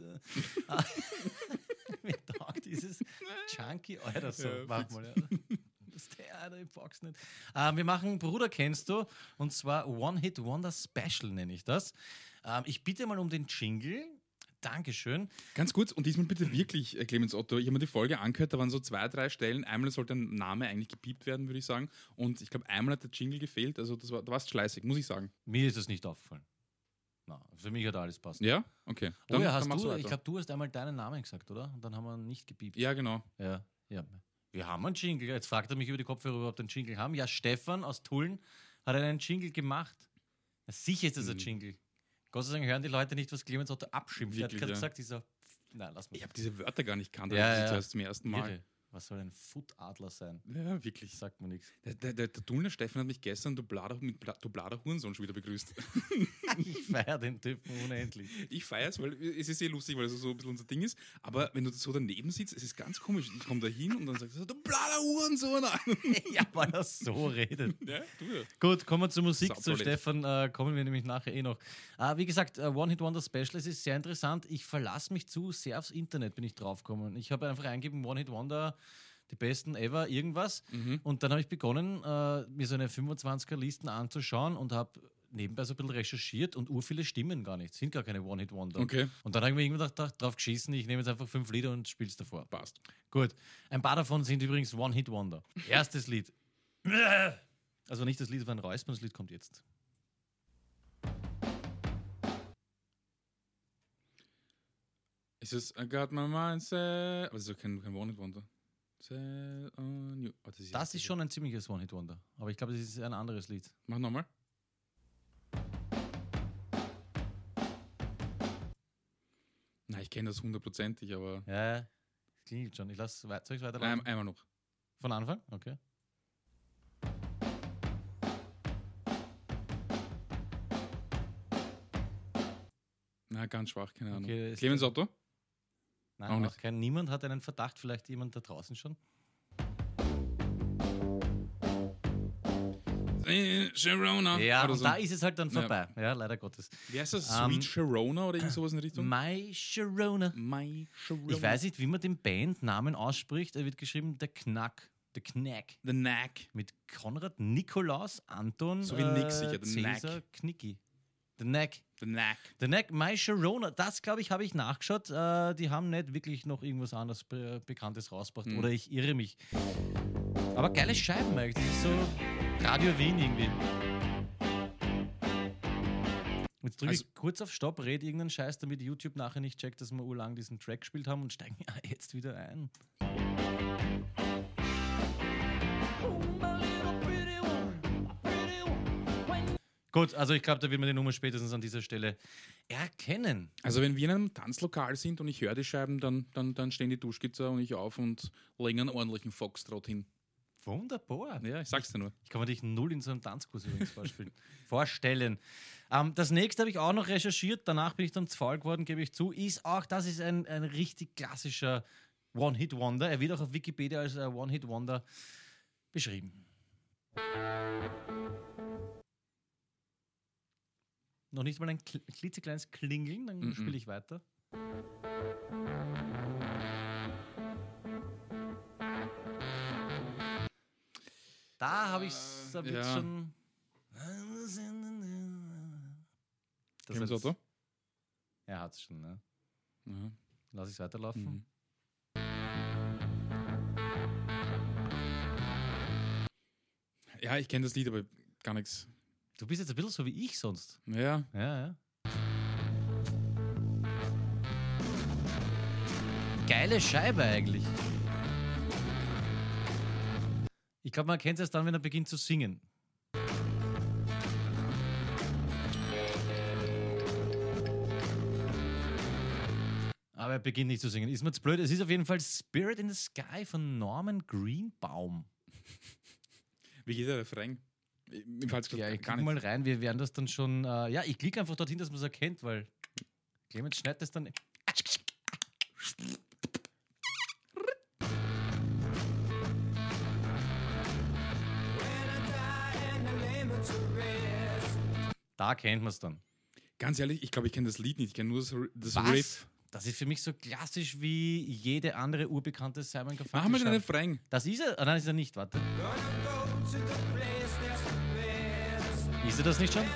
Mir taugt dieses Chunky, Alter, so. Ja, Mach fix. mal, ja. Das ist der, Alter, ich pack's nicht. Wir machen Bruder, kennst du? Und zwar One-Hit-Wonder Special nenne ich das. Ich bitte mal um den Jingle. Dankeschön. Ganz kurz, und diesmal bitte wirklich, Clemens Otto, ich habe mir die Folge angehört, da waren so 2, 3 Stellen. Einmal sollte ein Name eigentlich gepiept werden, würde ich sagen. Und ich glaube, einmal hat der Jingle gefehlt. Also da war es schleißig, muss ich sagen. Mir ist das nicht aufgefallen. Na, für mich hat alles passt. Ja? Okay. Oh ja, dann machst du ich weiter. glaube, du hast einmal deinen Namen gesagt, oder? Und dann haben wir nicht gepiept. Ja, genau. Ja. Wir haben einen Jingle. Jetzt fragt er mich über die Kopfhörer, ob wir überhaupt einen Jingle haben. Ja, Stefan aus Tulln hat einen Jingle gemacht. Ja, sicher ist das ein Jingle. Gott sei Dank hören die Leute nicht, was Clemens Otto abschimpft. Er hat Wirklich, gerade ja. gesagt, dieser... Nein, lass mal. Ich habe diese Wörter gar nicht gekannt, Ja, das ja. ist erst zum ersten Mal. Irre. Was soll ein Footadler sein? Ja, wirklich. Sagt mir nichts. Der Tullner Steffen hat mich gestern mit Dublader Hurensohn schon wieder begrüßt. Ich feiere den Typen unendlich. Ich feiere es, weil es ist lustig, weil es so ein bisschen unser Ding ist. Aber wenn du so daneben sitzt, es ist ganz komisch. Ich komme da hin und dann sagst du, Dublader Hurensohn. Ja, weil er so redet. Ja, du ja. Gut, kommen wir zur Musik. Zu Saublöd. Stefan kommen wir nämlich nachher noch. Wie gesagt, One-Hit-Wonder Special, es ist sehr interessant. Ich verlasse mich zu sehr aufs Internet, bin ich draufgekommen. Ich habe einfach eingegeben, One-Hit-Wonder, die besten ever, irgendwas. Und dann habe ich begonnen, mir so eine 25er-Listen anzuschauen und habe nebenbei so ein bisschen recherchiert und viele stimmen gar nicht, sind gar keine One-Hit-Wonder. Okay. Und dann habe ich mir irgendwann drauf geschissen, ich nehme jetzt einfach 5 Lieder und spiele es davor. Passt. Gut. Ein paar davon sind übrigens One-Hit-Wonder. Erstes Lied. Also nicht das Lied von Räuspern, das Lied kommt jetzt. Ist es I got my mind set? Aber das ist doch kein One-Hit-Wonder. Set on you. Oh, Das ist schon ein ziemliches One-Hit-Wonder. Aber ich glaube, das ist ein anderes Lied. Mach nochmal. Na, ich kenne das hundertprozentig, aber. Ja, das klingt schon. Soll ich es weiterlaufen? Einmal noch. Von Anfang? Okay. Na, ganz schwach, keine Ahnung. Okay, Clemens Otto? Nein, Auch auch nicht. niemand hat einen Verdacht, vielleicht jemand da draußen schon. Sharona. Ja, oder und so. da ist es halt dann vorbei. Ja, leider Gottes. Wie heißt das? Sweet Sharona oder irgend sowas in der Richtung? My Sharona. My Sharona. Ich weiß nicht, wie man den Bandnamen ausspricht. Er wird geschrieben der Knack. Der Knack. The Knack. Mit Konrad, Nikolaus, Anton, So wie Nick sicher, der Cäsar, Knack. Knicki. The Knack. The Knack. The Knack, My Sharona. Das, glaube ich, habe ich nachgeschaut. Die haben nicht wirklich noch irgendwas anderes Bekanntes rausgebracht. Oder ich irre mich. Aber geile Scheiben eigentlich. Das ist so Radio Wien irgendwie. Jetzt drücke ich kurz auf Stopp, rede irgendeinen Scheiß, damit YouTube nachher nicht checkt, dass wir urlang diesen Track gespielt haben und steigen jetzt wieder ein. Gut, also ich glaube, da wird man die Nummer spätestens an dieser Stelle erkennen. Also wenn wir in einem Tanzlokal sind und ich höre die Scheiben, dann stehen die Duschkizzer und ich auf und legen einen ordentlichen Foxtrot hin. Wunderbar. Ja, ich sag's dir nur. Ich kann mir dich null in so einem Tanzkurs übrigens vorstellen. Das nächste habe ich auch noch recherchiert, danach bin ich dann zu faul geworden, gebe ich zu, das ist ein richtig klassischer One-Hit-Wonder. Er wird auch auf Wikipedia als One-Hit-Wonder beschrieben. Noch nicht mal ein klitzekleines Klingeln, dann spiele ich weiter. Da habe ich es schon. Clemens Otto? Er hat es schon, ne? Ja. Lass ich es weiterlaufen. Ja, ich kenne das Lied, aber gar nichts. Du bist jetzt ein bisschen so wie ich sonst. Ja. Ja. Geile Scheibe eigentlich. Ich glaube, man kennt es erst dann, wenn er beginnt zu singen. Aber er beginnt nicht zu singen. Ist mir zu blöd. Es ist auf jeden Fall Spirit in the Sky von Norman Greenbaum. Wie geht der Refrain? Mir fällt's Ja, ich gar klicke nicht. mal rein. Wir werden das dann schon. Ich klicke einfach dorthin, dass man es erkennt, weil Clemens schneidet das dann. Da kennt man es dann. Ganz ehrlich, ich glaube, ich kenne das Lied nicht. Ich kenne nur das Was? Riff. Das ist für mich so klassisch wie jede andere urbekannte Simon Garfunkel. Machen wir den Refrain. Das ist er? Nein, ist er nicht. Warte. Ist er das nicht schon?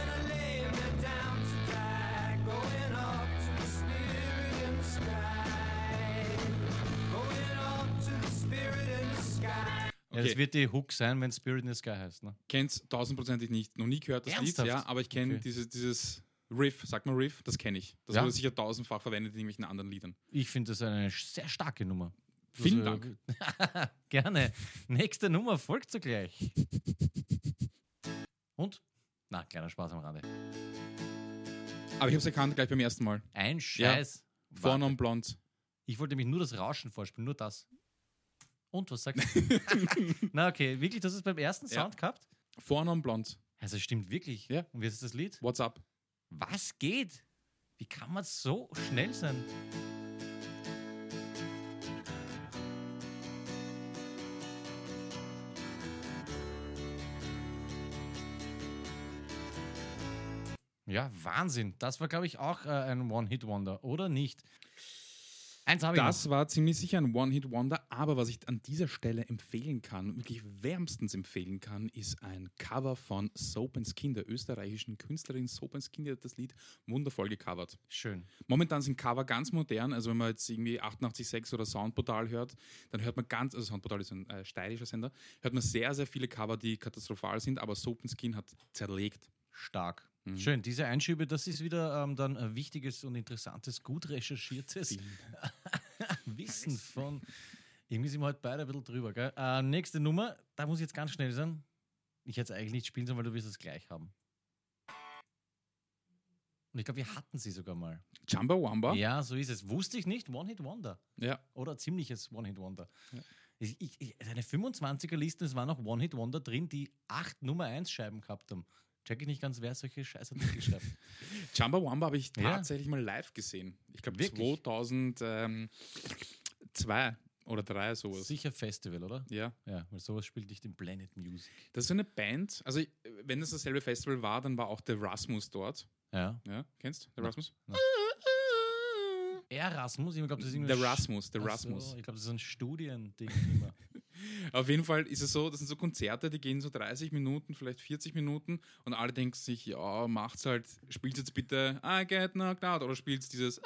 Ja, das Okay. wird die Hook sein, wenn Spirit in the Sky heißt. Ne? Kenn's 1000%ig nicht. Noch nie gehört das Ernsthaft? Lied, ja, aber ich kenne Okay. dieses Riff, sag mal Riff, das kenne ich. Das Ja? wurde sicher tausendfach verwendet in irgendwelchen anderen Liedern. Ich finde das eine sehr starke Nummer. Vielen Also, Gerne. Nächste Nummer folgt sogleich. Und? Na, kleiner Spaß am Rande. Aber ich habe es erkannt gleich beim ersten Mal. Ein Scheiß. Vornamen blond. Ich wollte nämlich nur das Rauschen vorspielen, nur das. Und was sagst du? Na okay, wirklich, das ist beim ersten Ja. Sound gehabt? Vornamen blond. Also stimmt wirklich. Ja. Und wie ist das Lied? What's up? Was geht? Wie kann man so schnell sein? Ja, Wahnsinn. Das war, glaube ich, auch ein One-Hit-Wonder, oder nicht? Eins habe ich noch. Das war ziemlich sicher ein One-Hit-Wonder, aber was ich an dieser Stelle empfehlen kann, wirklich wärmstens empfehlen kann, ist ein Cover von Soap & Skin, der österreichischen Künstlerin Soap & Skin, die hat das Lied wundervoll gecovert. Schön. Momentan sind Cover ganz modern, also wenn man jetzt irgendwie 88.6 oder Soundportal hört, dann hört man also Soundportal ist ein steirischer Sender, hört man sehr, sehr viele Cover, die katastrophal sind, aber Soap & Skin hat zerlegt. Stark. Schön, diese Einschübe, das ist wieder dann ein wichtiges und interessantes, gut recherchiertes Wissen von. Irgendwie sind wir heute beide ein bisschen drüber. Gell? Nächste Nummer, da muss ich jetzt ganz schnell sein. Ich hätte es eigentlich nicht spielen sollen, weil du wirst es gleich haben. Und ich glaube, wir hatten sie sogar mal. Chumbawamba? Ja, so ist es. Wusste ich nicht, One-Hit-Wonder. Ja. Oder ziemliches One-Hit-Wonder. Ja. Eine 25er-Liste, es waren noch One-Hit-Wonder drin, die 8 Nummer-1-Scheiben gehabt haben. Check ich nicht ganz, wer solche Scheißartikel schreibt. Chumbawamba habe ich tatsächlich mal live gesehen. Ich glaube 2002 oder 2003 sowas. Sicher Festival, oder? Ja. Ja, weil sowas spielt nicht in Planet Music. Das ist so eine Band, also wenn es dasselbe Festival war, dann war auch der Rasmus dort. Ja. Ja, kennst du den Rasmus? Erasmus, ich glaube, das ist irgendwie Der Rasmus. So, ich glaube, das ist ein Studiending immer. Auf jeden Fall ist es so, das sind so Konzerte, die gehen so 30 Minuten, vielleicht 40 Minuten und alle denken sich, ja, macht's halt, spielt jetzt bitte I Get Knocked Out oder spielt dieses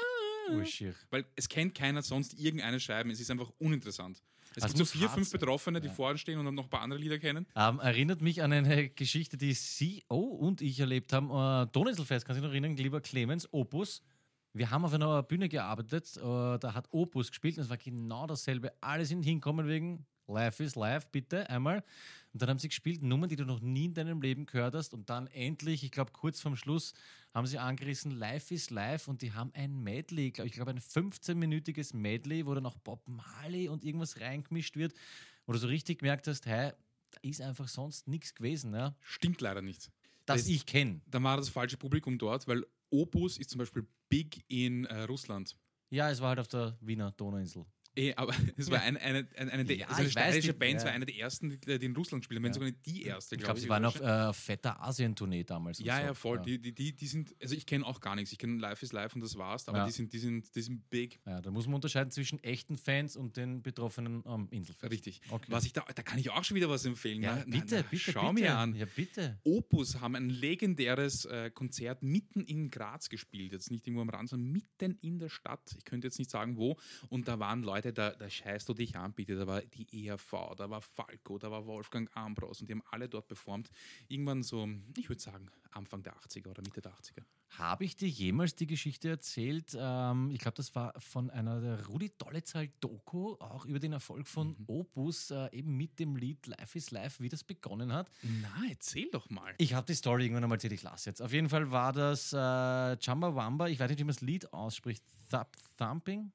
weil es kennt keiner sonst irgendeine Scheibe, es ist einfach uninteressant. Es gibt so 4, 5 Betroffene, die vorne stehen und noch ein paar andere Lieder kennen. Erinnert mich an eine Geschichte, die Sie und ich erlebt haben. Donauinselfest, kannst du dich noch erinnern, lieber Clemens, Opus. Wir haben auf einer Bühne gearbeitet, da hat Opus gespielt und es war genau dasselbe. Alle sind hinkommen wegen Life is Life, bitte, einmal. Und dann haben sie gespielt Nummern, die du noch nie in deinem Leben gehört hast. Und dann endlich, ich glaube kurz vorm Schluss, haben sie angerissen Life is Life und die haben ein Medley, ich glaube ein 15-minütiges Medley, wo dann auch Bob Marley und irgendwas reingemischt wird, wo du so richtig gemerkt hast, hey, da ist einfach sonst nichts gewesen. Ja? Stimmt leider nicht. Das ich kenne. Da war das falsche Publikum dort, weil Opus ist zum Beispiel big in Russland. Ja, es war halt auf der Wiener Donauinsel. Aber es war eine der eine steirische Band, war eine der ersten, die in Russland spielen, wenn sogar nicht die erste, ich glaube, sie waren auf fetter Asien-Tournee damals. Ja, voll. Ja. Die sind, also ich kenne auch gar nichts. Ich kenne Life is Life und das war's, aber die sind big. Ja, da muss man unterscheiden zwischen echten Fans und den betroffenen Inselfans. Richtig. Okay. Was da kann ich auch schon wieder was empfehlen. Ja, bitte. Schau mir an. Ja, bitte. Opus haben ein legendäres Konzert mitten in Graz gespielt. Jetzt nicht irgendwo am Rand, sondern mitten in der Stadt. Ich könnte jetzt nicht sagen, wo. Und da waren Leute, da scheißt du dich an, bitte. Da war die ERV, da war Falco, da war Wolfgang Ambros und die haben alle dort performt. Irgendwann so, ich würde sagen, Anfang der 80er oder Mitte der 80er. Habe ich dir jemals die Geschichte erzählt? Ich glaube, das war von einer der Rudi Dolezal-Doku, auch über den Erfolg von Opus, eben mit dem Lied Life is Life, wie das begonnen hat. Na, erzähl doch mal. Ich habe die Story irgendwann einmal erzählt, ich lasse jetzt. Auf jeden Fall war das Chumbawamba, ich weiß nicht, wie man das Lied ausspricht, Thumping?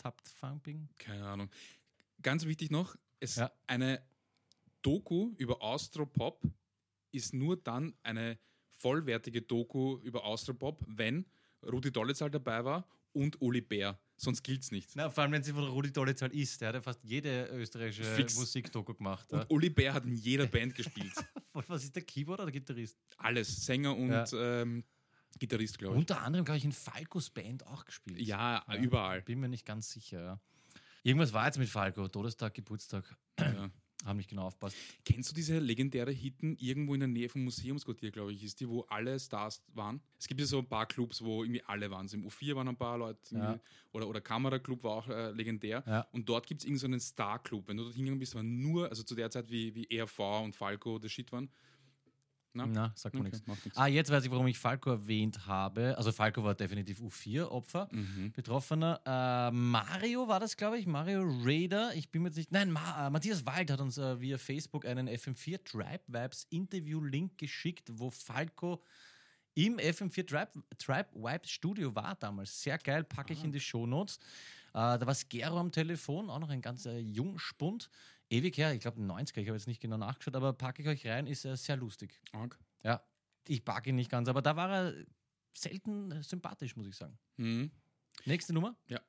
Keine Ahnung. Ganz wichtig noch, eine Doku über Austropop ist nur dann eine vollwertige Doku über Austropop, wenn Rudi Dolezal dabei war und Uli Bär. Sonst gilt es nicht. Na, vor allem, wenn sie von Rudi Dolezal ist. Der hat ja fast jede österreichische Musikdoku gemacht. Und Uli Bär hat in jeder Band gespielt. Was ist der Keyboarder oder Gitarrist? Alles. Sänger und Gitarrist, glaube ich. Unter anderem, glaube ich, in Falcos Band auch gespielt. Ja, überall. Bin mir nicht ganz sicher. Ja. Irgendwas war jetzt mit Falco. Todestag, Geburtstag. Ja. Haben nicht genau aufpasst. Kennst du diese legendäre Hitten irgendwo in der Nähe vom Museumsquartier, glaube ich, ist die, wo alle Stars waren? Es gibt ja so ein paar Clubs, wo irgendwie alle waren. So im U4 waren ein paar Leute oder Kameraclub war auch legendär. Ja. Und dort gibt es irgendeinen so Star-Club. Wenn du dort hingegangen bist, waren nur, also zu der Zeit wie ERV und Falco der Shit waren. Na, sagt mir nichts. Jetzt weiß ich, warum ich Falco erwähnt habe. Also Falco war definitiv U4-Opfer, Betroffener. Mario war das, glaube ich, Mario Raider. Ich bin mir jetzt nicht... Nein, Matthias Wald hat uns via Facebook einen FM4 Tribe Vibes Interview-Link geschickt, wo Falco im FM4 Tribe Vibes Studio war damals. Sehr geil, packe ich in die Shownotes. Da war Gero am Telefon, auch noch ein ganz Jungspund. Ewig her, ich glaube 90er, ich habe jetzt nicht genau nachgeschaut, aber packe ich euch rein, ist sehr lustig. Okay. Ja, ich packe ihn nicht ganz, aber da war er selten sympathisch, muss ich sagen. Nächste Nummer? Ja.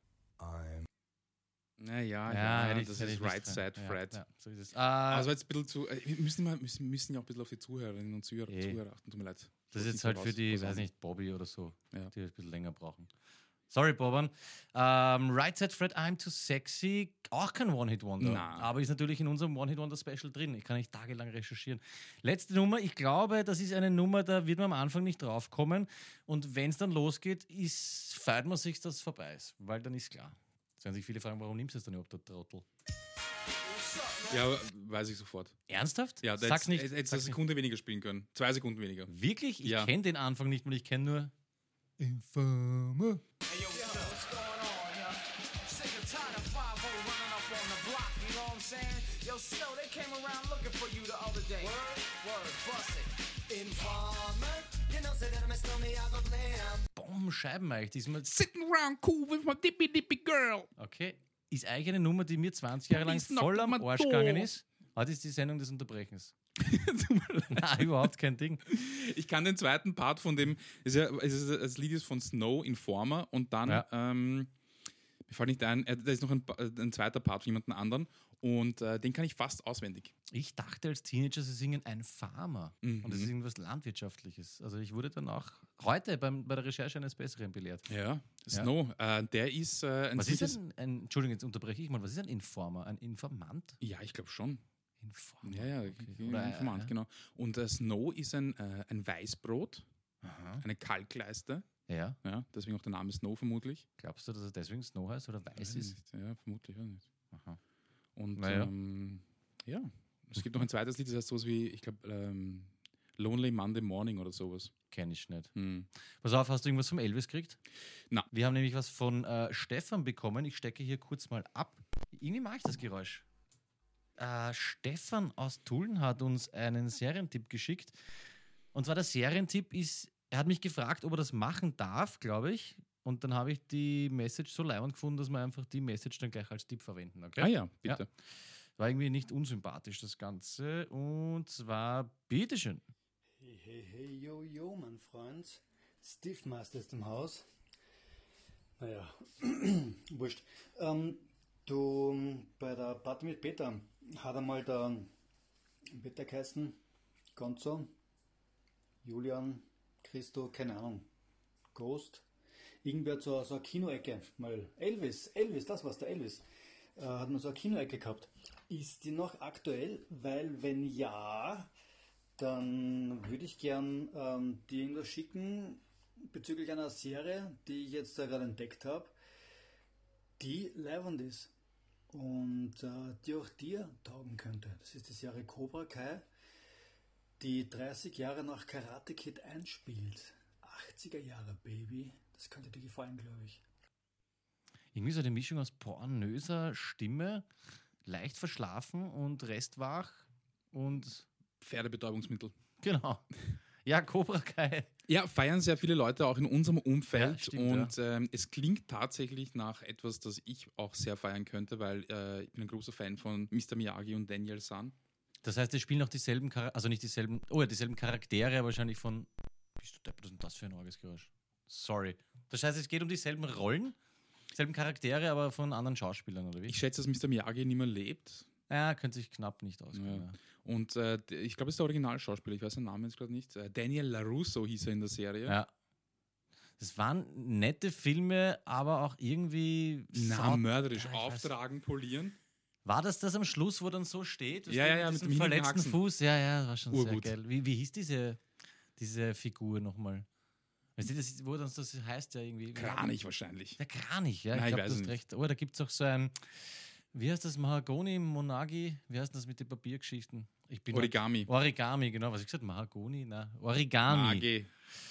Naja, das ist Right Side Fred. Ja, so ist es. Also jetzt ein bisschen zu. Wir müssen ja auch ein bisschen auf die Zuhörerinnen und Zuhörer achten, tut mir leid. Das ist jetzt halt für die, weiß nicht, Bobby oder so, die ein bisschen länger brauchen. Sorry, Boban. Right Side Fred, I'm Too Sexy, auch kein One-Hit-Wonder. Na. Aber ist natürlich in unserem One-Hit-Wonder-Special drin. Ich kann nicht tagelang recherchieren. Letzte Nummer, ich glaube, das ist eine Nummer, da wird man am Anfang nicht draufkommen. Und wenn es dann losgeht, feiert man sich, dass es vorbei ist. Weil dann ist klar. Jetzt werden sich viele fragen, warum nimmst du es dann überhaupt, der Trottel? Ja, weiß ich sofort. Ernsthaft? Ja, Sag's nicht. Hättest eine Sekunde weniger spielen können. 2 Sekunden weniger. Wirklich? Ich Ja. kenne den Anfang nicht mehr. Ich kenne nur Infame. Hey, yo, what's going on, yo? I'm sick and tired of 5 running up on the block, you know what I'm saying? Yo, Snow, they came around looking for you the other day. Word, bust it. Informer, you know, say that I'm a snowman, I go blam. Bombenscheiben eigentlich. Diesmal. Sitting around cool with my dippy girl. Okay. Ist eigentlich eine Nummer, die mir 20 Jahre lang Please knock voll am my Arsch door. gegangen ist. Heute ist die Sendung des Unterbrechens. Nein, überhaupt kein Ding. Ich kann den zweiten Part von dem, das Lied ist von Snow, Informer, und dann, Ja. mir fällt nicht ein, da ist noch ein zweiter Part von jemandem anderen, und den kann ich fast auswendig. Ich dachte als Teenager, sie singen ein Farmer. Und das ist irgendwas Landwirtschaftliches. Also ich wurde dann auch heute bei der Recherche eines Besseren belehrt. Ja, Snow, der ist ein Was ist ziemliches- Entschuldigung, jetzt unterbreche ich mal. Was ist ein Informer? Ein Informant? Ja, ich glaube schon. Informer. Ja, Okay. Oder, Informant, genau. Und Snow ist ein Weißbrot, Aha. eine Kalkleiste, Ja. ja, deswegen auch der Name Snow vermutlich. Glaubst du, dass er deswegen Snow heißt oder weiß ist? Ja, vermutlich auch nicht. Aha. Und Naja. ja, es gibt noch ein zweites Lied, das heißt sowas wie, ich glaube, Lonely Monday Morning oder sowas. Kenn ich nicht. Hm. Pass auf, hast du irgendwas vom Elvis gekriegt? Na. Wir haben nämlich was von Stefan bekommen. Ich stecke hier kurz mal ab. Irgendwie mag ich das Geräusch. Stefan aus Tulln hat uns einen Serientipp geschickt. Und zwar der Serientipp ist, er hat mich gefragt, ob er das machen darf, glaube ich. Und dann habe ich die Message so leibend gefunden, dass wir einfach die Message dann gleich als Tipp verwenden. Okay? Ah ja, bitte. War irgendwie nicht unsympathisch, das Ganze. Und zwar, bitteschön. Hey, hey, hey, yo, yo, mein Freund. Steve Meister ist im Haus. Naja, wurscht. Du, bei der Party mit Peter hat einmal der Peter geheißen, Gonzo, Julian, Christo, keine Ahnung, Ghost. Irgendwer hat so eine Kinoecke, mal Elvis, das war's, der Elvis, hat mal so eine Kinoecke gehabt. Ist die noch aktuell? Weil wenn ja, dann würde ich gern dir irgendwas schicken bezüglich einer Serie, die ich jetzt da gerade entdeckt habe, die leibend ist und die auch dir taugen könnte. Das ist die Serie Cobra Kai, die 30 Jahre nach Karate Kid einspielt. 80er Jahre, Baby. Das könnte dir gefallen, glaube ich. Irgendwie so eine Mischung aus pornöser Stimme, leicht verschlafen und restwach und Pferdebetäubungsmittel. genau. Ja, Cobra Kai. Ja, feiern sehr viele Leute auch in unserem Umfeld, Ja, stimmt, und es klingt tatsächlich nach etwas, das ich auch sehr feiern könnte, weil ich bin ein großer Fan von Mr. Miyagi und Daniel San. Das heißt, es spielen auch dieselben Charaktere, also nicht dieselben, dieselben Charaktere, aber wahrscheinlich von. Bist du deppert, was ist denn das für ein arges Geräusch? Sorry. Das heißt, es geht um dieselben Rollen, dieselben Charaktere, aber von anderen Schauspielern, oder wie? Ich schätze, dass Mr. Miyagi nicht mehr lebt. Ja, könnte sich knapp nicht ausgehen. Ja. Ja. Und ich glaube, es ist der Originalschauspieler, ich weiß seinen Namen jetzt gerade nicht. Daniel LaRusso hieß er in der Serie. Ja. Das waren nette Filme, aber auch irgendwie. Mörderisch. Ja, ich weiß. Auftragen, polieren. War das am Schluss, wo dann so steht? Ja, ja, mit mit diesem dem verletzten Haxen. Fuß. Ja, war schon Urgut. sehr geil. Wie hieß diese Figur nochmal? Weißt du, wo das heißt ja irgendwie. Kranich wahrscheinlich. Der Kranich, ja. Nein, ich glaub, weiß du hast nicht. recht. Oh, da gibt es auch so ein. Wie heißt das? Mahagoni, Monagi? Wie heißt das mit den Papiergeschichten? Origami. Origami, genau. Was hab ich gesagt? Mahagoni? Nein. Origami. AG.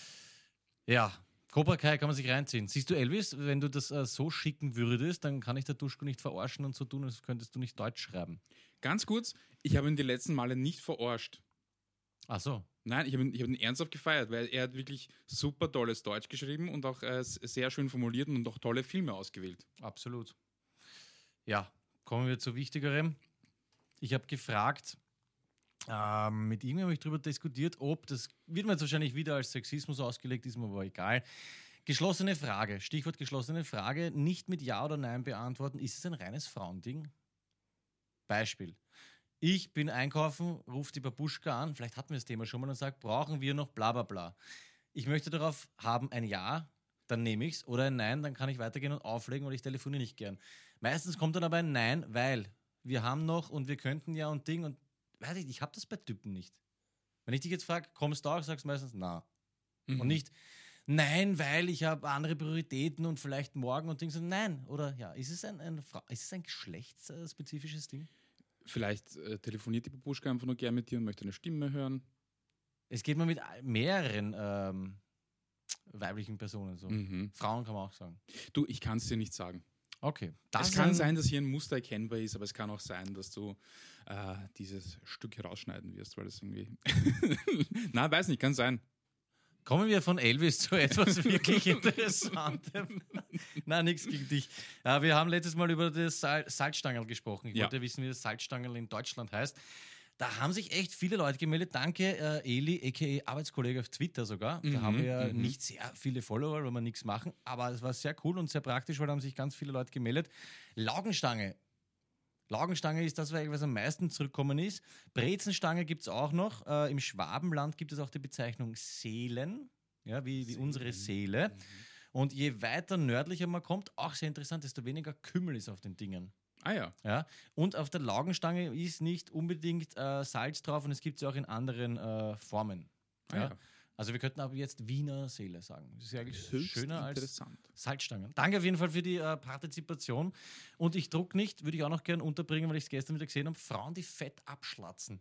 Ja. Cobra Kai kann man sich reinziehen. Siehst du, Elvis, wenn du das so schicken würdest, dann kann ich der Duschko nicht verarschen und so tun, als könntest du nicht Deutsch schreiben. Ganz kurz, ich habe ihn die letzten Male nicht verarscht. Ach so. Nein, ich habe ihn ernsthaft gefeiert, weil er hat wirklich super tolles Deutsch geschrieben und auch sehr schön formuliert und auch tolle Filme ausgewählt. Absolut. Ja, kommen wir zu Wichtigerem. Ich habe gefragt, mit ihm habe ich darüber diskutiert, ob, das wird mir jetzt wahrscheinlich wieder als Sexismus ausgelegt, ist mir aber egal. Geschlossene Frage, Stichwort geschlossene Frage, nicht mit Ja oder Nein beantworten. Ist es ein reines Frauending? Beispiel. Ich bin einkaufen, rufe die Babuschka an, vielleicht hatten wir das Thema schon mal und sagt, brauchen wir noch bla bla bla. Ich möchte darauf haben ein Ja. dann nehme ich es. Oder ein Nein, dann kann ich weitergehen und auflegen, weil ich telefoniere nicht gern. Meistens kommt dann aber ein Nein, weil wir haben noch und wir könnten ja und Ding und weiß ich habe das bei Typen nicht. Wenn ich dich jetzt frage, kommst du auch, sagst du meistens na. Und nicht nein, weil ich habe andere Prioritäten und vielleicht morgen und Ding. Nein, oder ja, ist es ein geschlechtsspezifisches Ding? Vielleicht telefoniert die Babuschka einfach nur gern mit dir und möchte eine Stimme hören. Es geht mal mit mehreren weiblichen Personen so. Frauen kann man auch sagen. Du, ich kann es dir nicht sagen. Okay. Es kann sein, dass hier ein Muster erkennbar ist, aber es kann auch sein, dass du dieses Stück herausschneiden wirst, weil das irgendwie... Nein, weiß nicht, kann sein. Kommen wir von Elvis zu etwas wirklich Interessantem. Nein, nichts gegen dich. Wir haben letztes Mal über das Salzstangerl gesprochen. Ich wollte wissen, wie das Salzstangerl in Deutschland heißt. Da haben sich echt viele Leute gemeldet. Danke, Eli, a.k.a. Arbeitskollege auf Twitter sogar. Da haben wir ja nicht sehr viele Follower, weil wir nichts machen. Aber es war sehr cool und sehr praktisch, weil da haben sich ganz viele Leute gemeldet. Laugenstange. Laugenstange ist das, was am meisten zurückgekommen ist. Brezenstange gibt es auch noch. Im Schwabenland gibt es auch die Bezeichnung Seelen, ja, wie unsere Seele. Und je weiter nördlicher man kommt, auch sehr interessant, desto weniger Kümmel ist auf den Dingen. Ah ja. Ja? Und auf der Laugenstange ist nicht unbedingt Salz drauf und es gibt es auch in anderen Formen. Ja? Ja. Also wir könnten aber jetzt Wiener Seele sagen. Das ist ja eigentlich Höchst schöner als interessant. Salzstangen. Danke auf jeden Fall für die Partizipation. Und ich druck nicht, würde ich auch noch gerne unterbringen, weil ich es gestern wieder gesehen habe, Frauen, die Fett abschlatzen.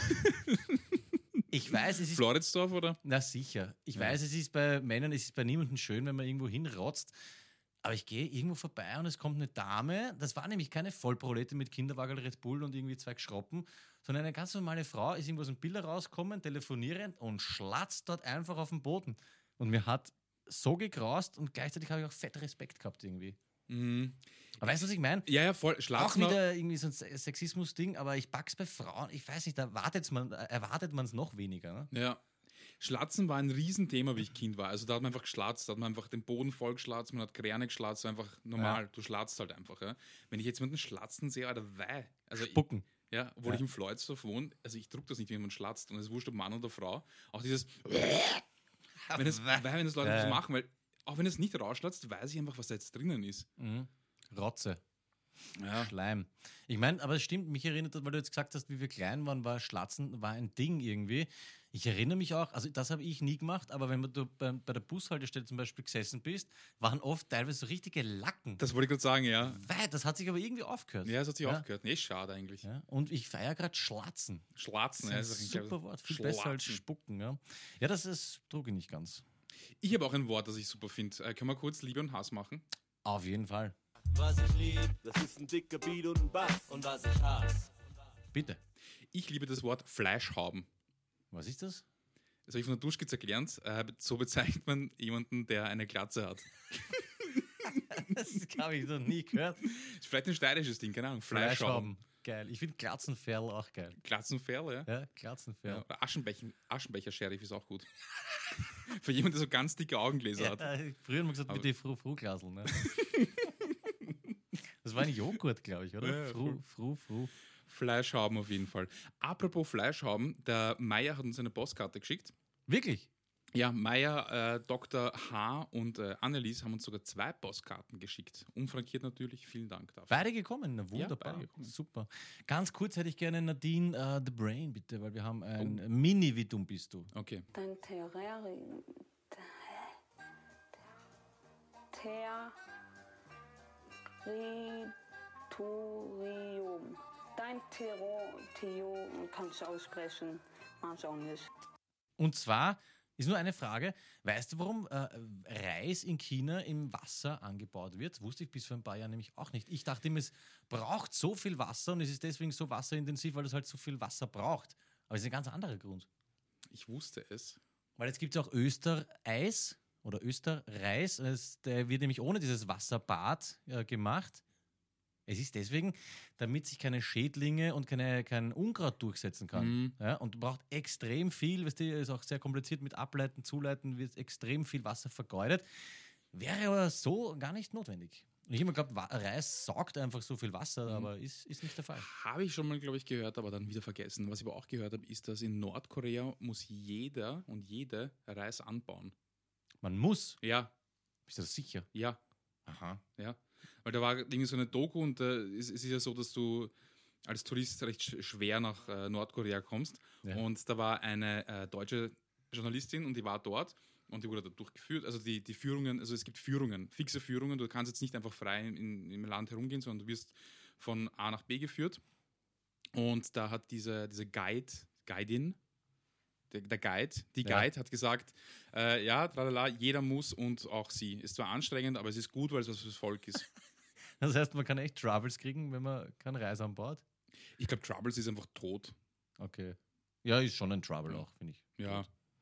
Ich weiß, es ist... Floridsdorf, oder? Na sicher. Ich weiß, es ist bei Männern, es ist bei niemandem schön, wenn man irgendwo hinrotzt. Aber ich gehe irgendwo vorbei und es kommt eine Dame, das war nämlich keine Vollprolete mit Kinderwagen, Red Bull und irgendwie 2 Geschroppen, sondern eine ganz normale Frau, ist irgendwo aus dem Bilder rausgekommen, telefonierend und schlatzt dort einfach auf den Boden. Und mir hat so gegraust und gleichzeitig habe ich auch fett Respekt gehabt irgendwie. Aber weißt du, was ich meine? Ja, voll. Auch wieder irgendwie so ein Sexismus-Ding, aber ich pack's bei Frauen, ich weiß nicht, da erwartet man es noch weniger. Ne? Ja. Schlatzen war ein Riesenthema, wie ich Kind war. Also da hat man einfach geschlatzt, da hat man einfach den Boden voll geschlatzt, man hat Kräne geschlatzt, einfach normal. Ja. Du schlatzt halt einfach. Ja. Wenn ich jetzt jemanden schlatzen sehe, Alter, Also Spucken. Obwohl ich im Floridsdorf wohne, also ich druck das nicht, wie man schlatzt. Und es ist wurscht, ob Mann oder Frau. Auch dieses wenn das Leute so machen, weil auch wenn es nicht rausschlatzt, weiß ich einfach, was da jetzt drinnen ist. Rotze. Ja. Schleim. Ich meine, aber es stimmt, mich erinnert, weil du jetzt gesagt hast, wie wir klein waren, war Schlatzen war ein Ding irgendwie. Ich erinnere mich auch, also das habe ich nie gemacht, aber wenn du bei der Bushaltestelle zum Beispiel gesessen bist, waren oft teilweise so richtige Lacken. Das wollte ich gerade sagen, ja. Weil, das hat sich aber irgendwie aufgehört. Ja, das hat sich aufgehört. Nee, schade eigentlich. Ja, und ich feiere gerade Schlatzen. Schlatzen, das ist ein super Wort, viel besser als Spucken. Ja, das ist, trug ich nicht ganz. Ich habe auch ein Wort, das ich super finde. Können wir kurz Liebe und Hass machen? Auf jeden Fall. Was ich lieb, das ist ein dicker Beat und ein Bass. Und was ich hasse. Bitte. Ich liebe das Wort Fleischhauben. Was ist das? Das habe ich von der Duschkizze gelernt. So bezeichnet man jemanden, der eine Glatze hat. Das habe ich noch nie gehört. Ist vielleicht ein steirisches Ding, keine Ahnung. Fleischhauben. Geil. Ich finde Glatzenferl auch geil. Glatzenferl, ja? Ja, Glatzenferl. Ja, Aschenbecher-Sheriff ist auch gut. Für jemanden, der so ganz dicke Augengläser hat. Früher haben wir gesagt, bitte Fru-Glasel. Ne? Das war ein Joghurt, glaube ich, oder? Ja, Fru. Fleischhauben auf jeden Fall. Apropos Fleischhauben, der Meier hat uns eine Postkarte geschickt. Wirklich? Ja, Meier, Dr. H. und Annelies haben uns sogar 2 Postkarten geschickt. Unfrankiert natürlich, vielen Dank dafür. Beide gekommen, na, wunderbar. Beide gekommen. Super. Ganz kurz hätte ich gerne Nadine The Brain, bitte, weil wir haben ein Mini, wie dumm bist du. Okay. Dein Terrarium. Territorium. Dein Territorium kann ich aussprechen, manche auch nicht. Und zwar ist nur eine Frage, weißt du, warum Reis in China im Wasser angebaut wird? Wusste ich bis vor ein paar Jahren nämlich auch nicht. Ich dachte immer, es braucht so viel Wasser und es ist deswegen so wasserintensiv, weil es halt so viel Wasser braucht. Aber es ist ein ganz anderer Grund. Ich wusste es. Weil jetzt gibt es auch Östereis oder Österreis. Der wird nämlich ohne dieses Wasserbad gemacht. Es ist deswegen, damit sich keine Schädlinge und kein Unkraut durchsetzen kann. Ja, und braucht extrem viel, weißt du, ist auch sehr kompliziert mit Ableiten, Zuleiten, wird extrem viel Wasser vergeudet. Wäre aber so gar nicht notwendig. Und ich immer glaube, Reis saugt einfach so viel Wasser, aber ist nicht der Fall. Habe ich schon mal, glaube ich, gehört, aber dann wieder vergessen. Was ich aber auch gehört habe, ist, dass in Nordkorea muss jeder und jede Reis anbauen. Man muss. Ja. Bist du das sicher? Ja, Aha. ja. Weil da war irgendwie so eine Doku und es ist ja so, dass du als Tourist recht schwer nach Nordkorea kommst. Ja. Und da war eine deutsche Journalistin und die war dort und die wurde da durchgeführt. Also die Führungen, also es gibt Führungen, fixe Führungen. Du kannst jetzt nicht einfach frei im Land herumgehen, sondern du wirst von A nach B geführt. Und da hat diese Guidin, der Guide, die Ja. Guide hat gesagt, ja, tralala, jeder muss und auch sie. Ist zwar anstrengend, aber es ist gut, weil es was fürs Volk ist. Das heißt, man kann echt Troubles kriegen, wenn man keine Reise an Bord? Ich glaube, Troubles ist einfach tot. Okay. Ja, ist schon ein Trouble auch, finde ich. Ja.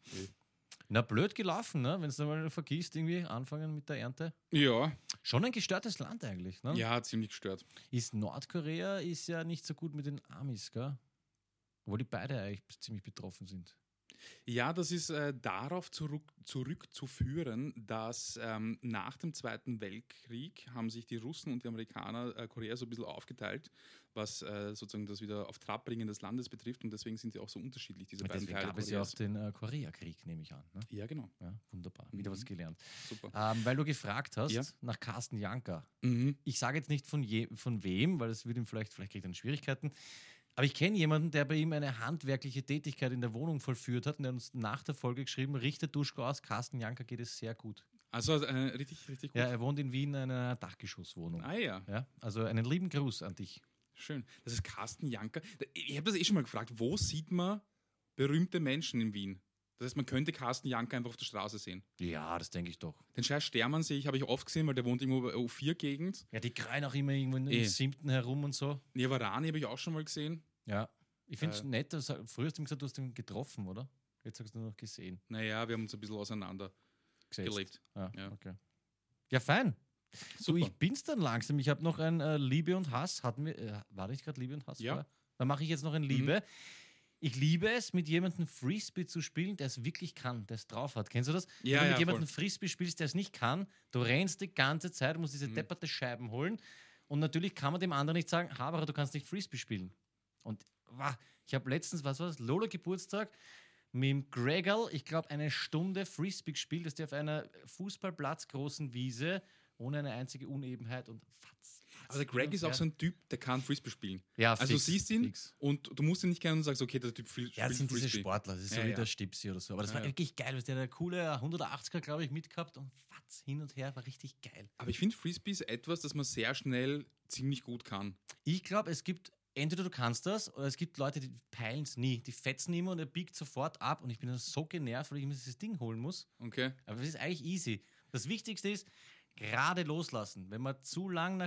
Na, blöd gelaufen, ne? Wenn du mal vergisst, irgendwie anfangen mit der Ernte. Ja, Schon ein gestörtes Land eigentlich, ne? ja, ziemlich gestört. Nordkorea ist ja nicht so gut mit den Amis, gell? Obwohl die beide eigentlich ziemlich betroffen sind. Ja, das ist darauf zurückzuführen, dass nach dem Zweiten Weltkrieg haben sich die Russen und die Amerikaner Korea so ein bisschen aufgeteilt, was sozusagen das wieder auf Trabbringen des Landes betrifft und deswegen sind die auch so unterschiedlich, diese beiden Deswegen Teile gab es ja auch Koreas. den Koreakrieg, nehme ich an. Ne? Ja, genau. Ja, wunderbar. Wieder was gelernt. Super. Weil du gefragt hast Ja. nach Carsten Janka. Mhm. Ich sage jetzt nicht von wem, weil das wird ihm vielleicht kriegt er dann Schwierigkeiten. Aber ich kenne jemanden, der bei ihm eine handwerkliche Tätigkeit in der Wohnung vollführt hat und der hat uns nach der Folge geschrieben, richtet Duschko aus, Carsten Janka geht es sehr gut. Also richtig, richtig gut. Ja, er wohnt in Wien in einer Dachgeschosswohnung. Ah ja, Ja, also einen lieben Gruß an dich. schön. Das ist Carsten Janka. Ich habe das schon mal gefragt, wo sieht man berühmte Menschen in Wien? Das heißt, man könnte Carsten Janka einfach auf der Straße sehen. Ja, das denke ich doch. Den Scheiß Stermann habe ich oft gesehen, weil der wohnt irgendwo bei U4-Gegend. Ja, die kreien auch immer irgendwo im 7. herum und so. Niavarani habe ich auch schon mal gesehen. Ja, ich finde es nett. Früher hast du ihm gesagt, du hast ihn getroffen, oder? Jetzt hast du nur noch gesehen. Naja, wir haben uns ein bisschen auseinander Gesetzt. gelebt. Ja, Ja. okay. Ja, fein. So, Super. ich bin's dann langsam. Ich habe noch ein Liebe und Hass. War nicht gerade Liebe und Hass? Ja. vorher? Dann mache ich jetzt noch ein Liebe. Ich liebe es, mit jemandem Frisbee zu spielen, der es wirklich kann, der es drauf hat. Kennst du das? Ja, Wenn du ja, mit jemandem voll. Frisbee spielst, der es nicht kann, du rennst die ganze Zeit, musst diese depperte Scheiben holen. Und natürlich kann man dem anderen nicht sagen, Haberer, du kannst nicht Frisbee spielen. Und ich habe letztens, was war das, Lola Geburtstag, mit dem Gregor, ich glaube, eine Stunde Frisbee gespielt, dass der auf einer Fußballplatz großen Wiese ohne eine einzige Unebenheit und fatz. Aber der Greg ist auch so ein Typ, der kann Frisbee spielen. Ja, Also fix, du siehst ihn fix. und du musst ihn nicht kennen und sagst, okay, der Typ spielt Ja, das sind diese Frisbee. Sportler, das ist so Ja, wie ja. der Stipsi oder so. Aber das war Ja. wirklich geil, weil der eine coole 180er, glaube ich, mitgehabt und fatz, hin und her, war richtig geil. Aber ich finde, Frisbee ist etwas, das man sehr schnell ziemlich gut kann. Ich glaube, es gibt, entweder du kannst das, oder es gibt Leute, die peilen es nie. Die fetzen immer und er biegt sofort ab und ich bin dann so genervt, weil ich mir dieses Ding holen muss. Okay? Aber es ist eigentlich easy. Das Wichtigste ist, gerade loslassen. Wenn man zu lang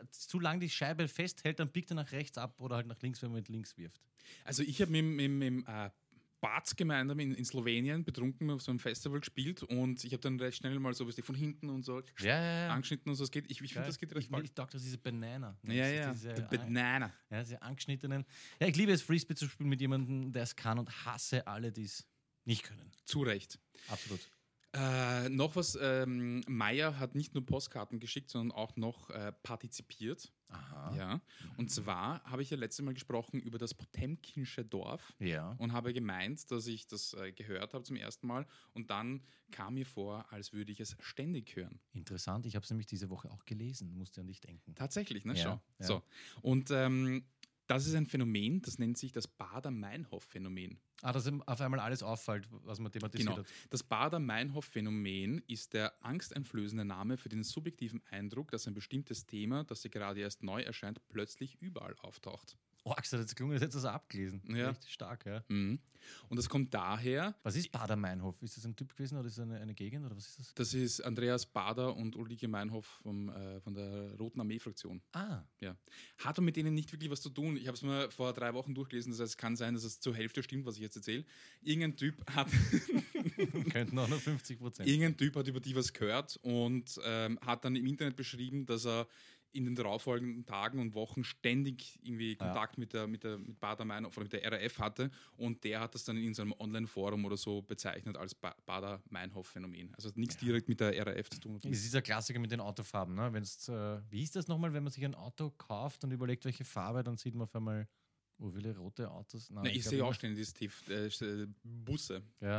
die Scheibe festhält, dann biegt er nach rechts ab oder halt nach links, wenn man mit links wirft. Also ich habe mit Bats gemeinsam in Slowenien betrunken auf so einem Festival gespielt und ich habe dann recht schnell mal so was von hinten und so Ja. angeschnitten und so. Ich finde, das geht recht Ich bald. dachte, das ist diese Banana. Ja, Diese, the Banana. Ja, diese angeschnittenen. Ja, ich liebe es, Frisbee zu spielen mit jemandem, der es kann und hasse alle, die es nicht können. Zu Recht. Absolut. Noch was, Meyer hat nicht nur Postkarten geschickt, sondern auch noch partizipiert. Aha. Ja. Und zwar habe ich ja letztes Mal gesprochen über das Potemkinsche Dorf Ja. und habe gemeint, dass ich das gehört habe zum ersten Mal und dann kam mir vor, als würde ich es ständig hören. Interessant. Ich habe es nämlich diese Woche auch gelesen. Musste an dich denken. Tatsächlich, ne? Ja, Schau. ja. So. Und das ist ein Phänomen, das nennt sich das Bader-Meinhof-Phänomen. Dass ihm auf einmal alles auffällt, was man thematisiert Genau. hat. Das Bader-Meinhof-Phänomen ist der angsteinflößende Name für den subjektiven Eindruck, dass ein bestimmtes Thema, das dir gerade erst neu erscheint, plötzlich überall auftaucht. Oh, Axel, das gelungen, das hättest du das abgelesen. Ja. Richtig stark, ja. Mhm. Und das kommt daher, Was ist Bader-Meinhof? Ist das ein Typ gewesen oder ist das eine Gegend oder was ist das? das ist Andreas Bader und Ulrike Meinhof von der Roten Armee-Fraktion. Ah, Ja. Hat mit denen nicht wirklich was zu tun. Ich habe es mir vor 3 Wochen durchgelesen, das heißt, es kann sein, dass es zur Hälfte stimmt, was ich jetzt erzähle. Irgendein Typ hat könnten auch nur 50%. über die was gehört und hat dann im Internet beschrieben, dass er in den darauffolgenden Tagen und Wochen ständig irgendwie Kontakt mit Bader Meinhof oder mit der RAF hatte und der hat das dann in seinem Online-Forum oder so bezeichnet als Bader-Meinhof-Phänomen. Also hat nichts direkt mit der RAF zu tun. Es ist ein Klassiker mit den Autofarben. Ne? Wie ist das nochmal, wenn man sich ein Auto kauft und überlegt, welche Farbe, dann sieht man auf einmal, viele rote Autos. Nein, Na, ich glaub sehe auch nicht. ständig Busse. Ja.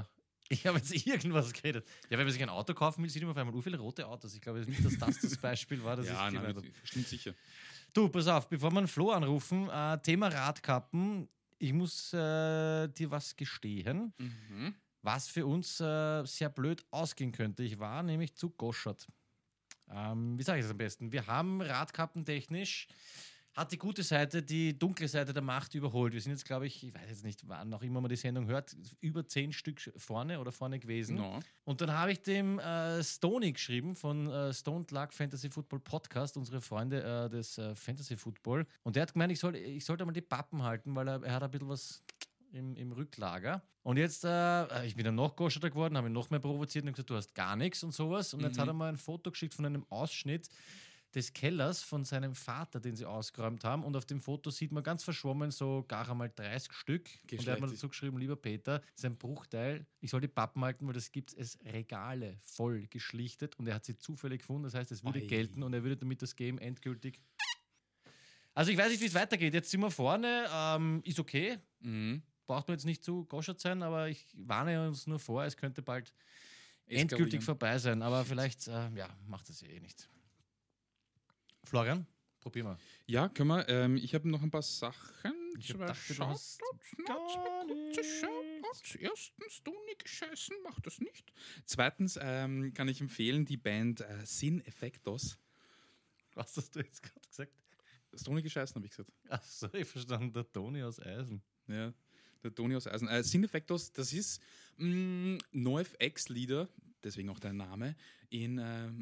Ich habe jetzt irgendwas geredet. Ja, wenn man sich ein Auto kaufen will, sieht man auf einmal viele rote Autos. Ich glaube nicht, dass das Beispiel war, das ich Ja, gemeint habe. nein, stimmt sicher. Du, pass auf, bevor wir einen Flo anrufen, Thema Radkappen. Ich muss dir was gestehen, was für uns sehr blöd ausgehen könnte. Ich war nämlich zu Goschert. Wie sage ich das am besten? Wir haben radkappentechnisch, hat die gute Seite die dunkle Seite der Macht überholt. Wir sind jetzt, glaube ich weiß jetzt nicht, wann auch immer man die Sendung hört, über 10 Stück vorne gewesen. No. Und dann habe ich dem Stoney geschrieben von Stoned Luck Fantasy Football Podcast, unsere Freunde des Fantasy Football. Und der hat gemeint, ich sollte mal die Pappen halten, weil er hat ein bisschen was im Rücklager. Und jetzt, ich bin dann noch Goscherter geworden, habe ihn noch mehr provoziert und gesagt, du hast gar nichts und sowas. Und jetzt hat er mal ein Foto geschickt von einem Ausschnitt des Kellers von seinem Vater, den sie ausgeräumt haben. Und auf dem Foto sieht man ganz verschwommen so gar einmal 30 Stück. Und er hat mir dazu geschrieben, lieber Peter, das ist ein Bruchteil. Ich soll die Pappen halten, weil das gibt es Regale voll geschlichtet. Und er hat sie zufällig gefunden. Das heißt, es würde gelten und er würde damit das Game endgültig... Also ich weiß nicht, wie es weitergeht. Jetzt sind wir vorne. Ist okay. Braucht man jetzt nicht zu Goschert sein, aber ich warne uns nur vor, es könnte bald endgültig vorbei sein. Aber vielleicht macht es eh nicht. Florian, probier mal. Ja, können wir. Ich habe noch ein paar Sachen. Ich dachte, du hast gar nichts. Erstens, du nicht gescheißen, mach das nicht. Zweitens kann ich empfehlen, die Band Sin Effectos. Was hast du jetzt gerade gesagt? Stony gescheißen, habe ich gesagt. Ach so, ich verstanden, der Toni aus Eisen. Ja, der Toni aus Eisen. Sin Effectos, das ist NoFX-Lieder, deswegen auch der Name, in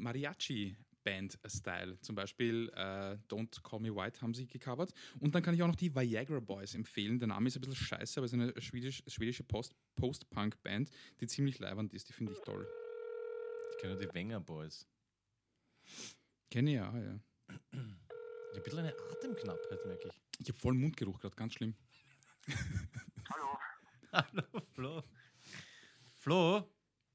Mariachi-Band-Style. Zum Beispiel Don't Call Me White haben sie gecovert. Und dann kann ich auch noch die Viagra Boys empfehlen. Der Name ist ein bisschen scheiße, aber es ist eine schwedische Post-Punk-Band, die ziemlich leibernd ist. Die finde ich toll. Ich kenne die Wenger Boys. Kenne ich ja, ja. Ich habe ein bisschen eine Atemknappheit, merke ich. Ich habe voll Mundgeruch gerade, ganz schlimm. Hallo. Hallo, Flo. Flo,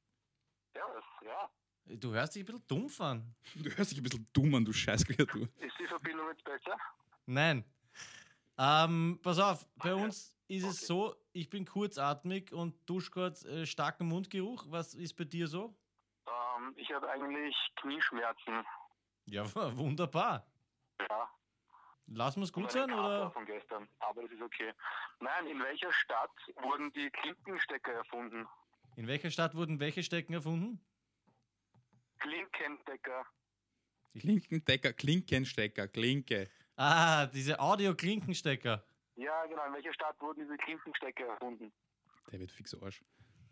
Ja. du hörst dich ein bisschen dumpf an. Du hörst dich ein bisschen dumm an, du Scheißkreatur. Ist die Verbindung jetzt besser? Nein. Pass auf, bei uns ist es so, ich bin kurzatmig und dusche gerade starken Mundgeruch. Was ist bei dir so? Ich habe eigentlich Knieschmerzen. Ja, wunderbar. Ja. Lassen wir es gut Oder sein, den Kater oder? von gestern. Aber das ist okay. Nein, in welcher Stadt wurden die Klinkenstecker erfunden? In welcher Stadt wurden welche Stecken erfunden? Klinkenstecker. Klinkenstecker, Klinke. Ah, diese Audio-Klinkenstecker. Ja, genau. In welcher Stadt wurden diese Klinkenstecker erfunden? Der wird fix Arsch.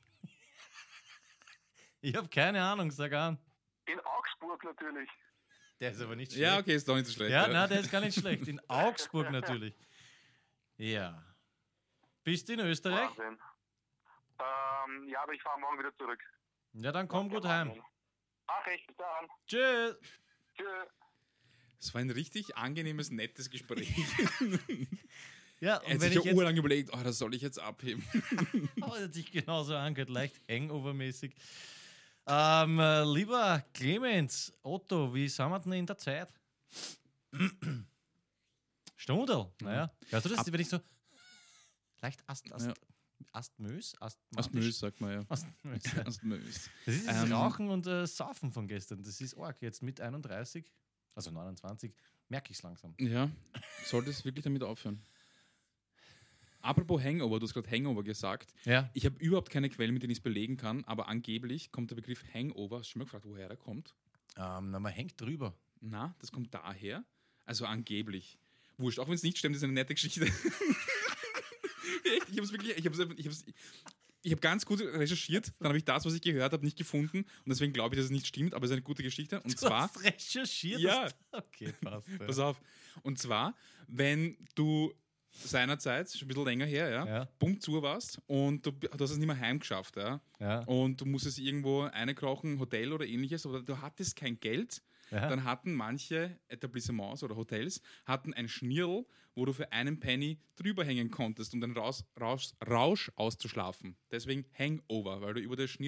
Ich habe keine Ahnung, sag an. In Augsburg natürlich. Der ist aber nicht schlecht. Ja, okay, ist doch nicht so schlecht. Ja, nein, der ist gar nicht schlecht. In Augsburg natürlich. Ja. Bist du in Österreich? Wahnsinn. Ja, aber ich fahre morgen wieder zurück. Ja, dann komm gut heim. Ach, echt, bis dann. Tschüss. Tschüss. Es war ein richtig angenehmes, nettes Gespräch. Ja, Er und hat wenn sich ich ja jetzt... urlang überlegt, das soll ich jetzt abheben. Oh, das hat sich genauso angehört, leicht Hangover-mäßig. Lieber Clemens, Otto, wie sind wir denn in der Zeit? Stundel, naja. Hörst du das, wenn ich so leicht astmös? Astmös, sagt man ja. Astmös, ja. Astmös. Das ist das Rauchen und Saufen von gestern. Das ist arg. Jetzt mit 31, also 29, merke ich es langsam. Ja, sollte es wirklich damit aufhören. Apropos Hangover, du hast gerade Hangover gesagt. Ja. Ich habe überhaupt keine Quellen, mit denen ich es belegen kann, aber angeblich kommt der Begriff Hangover. Hast du schon mal gefragt, woher der kommt? Man hängt drüber. Na, das kommt daher. Also angeblich. Wurscht, auch wenn es nicht stimmt, ist eine nette Geschichte. Echt, ich habe ganz gut recherchiert, dann habe ich das, was ich gehört habe, nicht gefunden und deswegen glaube ich, dass es nicht stimmt, aber es ist eine gute Geschichte. Und zwar, hast recherchiert? Ja. Okay, passt. Ja. pass auf, und zwar, wenn du seinerzeit, schon ein bisschen länger her, Ja. Punkt zu warst und du hast es nicht mehr heimgeschafft, Ja. und du musstest irgendwo einkrochen, Hotel oder ähnliches, oder du hattest kein Geld, Ja. dann hatten manche Etablissements oder Hotels hatten ein Schnirl, wo du für einen Penny drüber hängen konntest, um den Rausch auszuschlafen. Deswegen Hangover, weil du über das Schnirl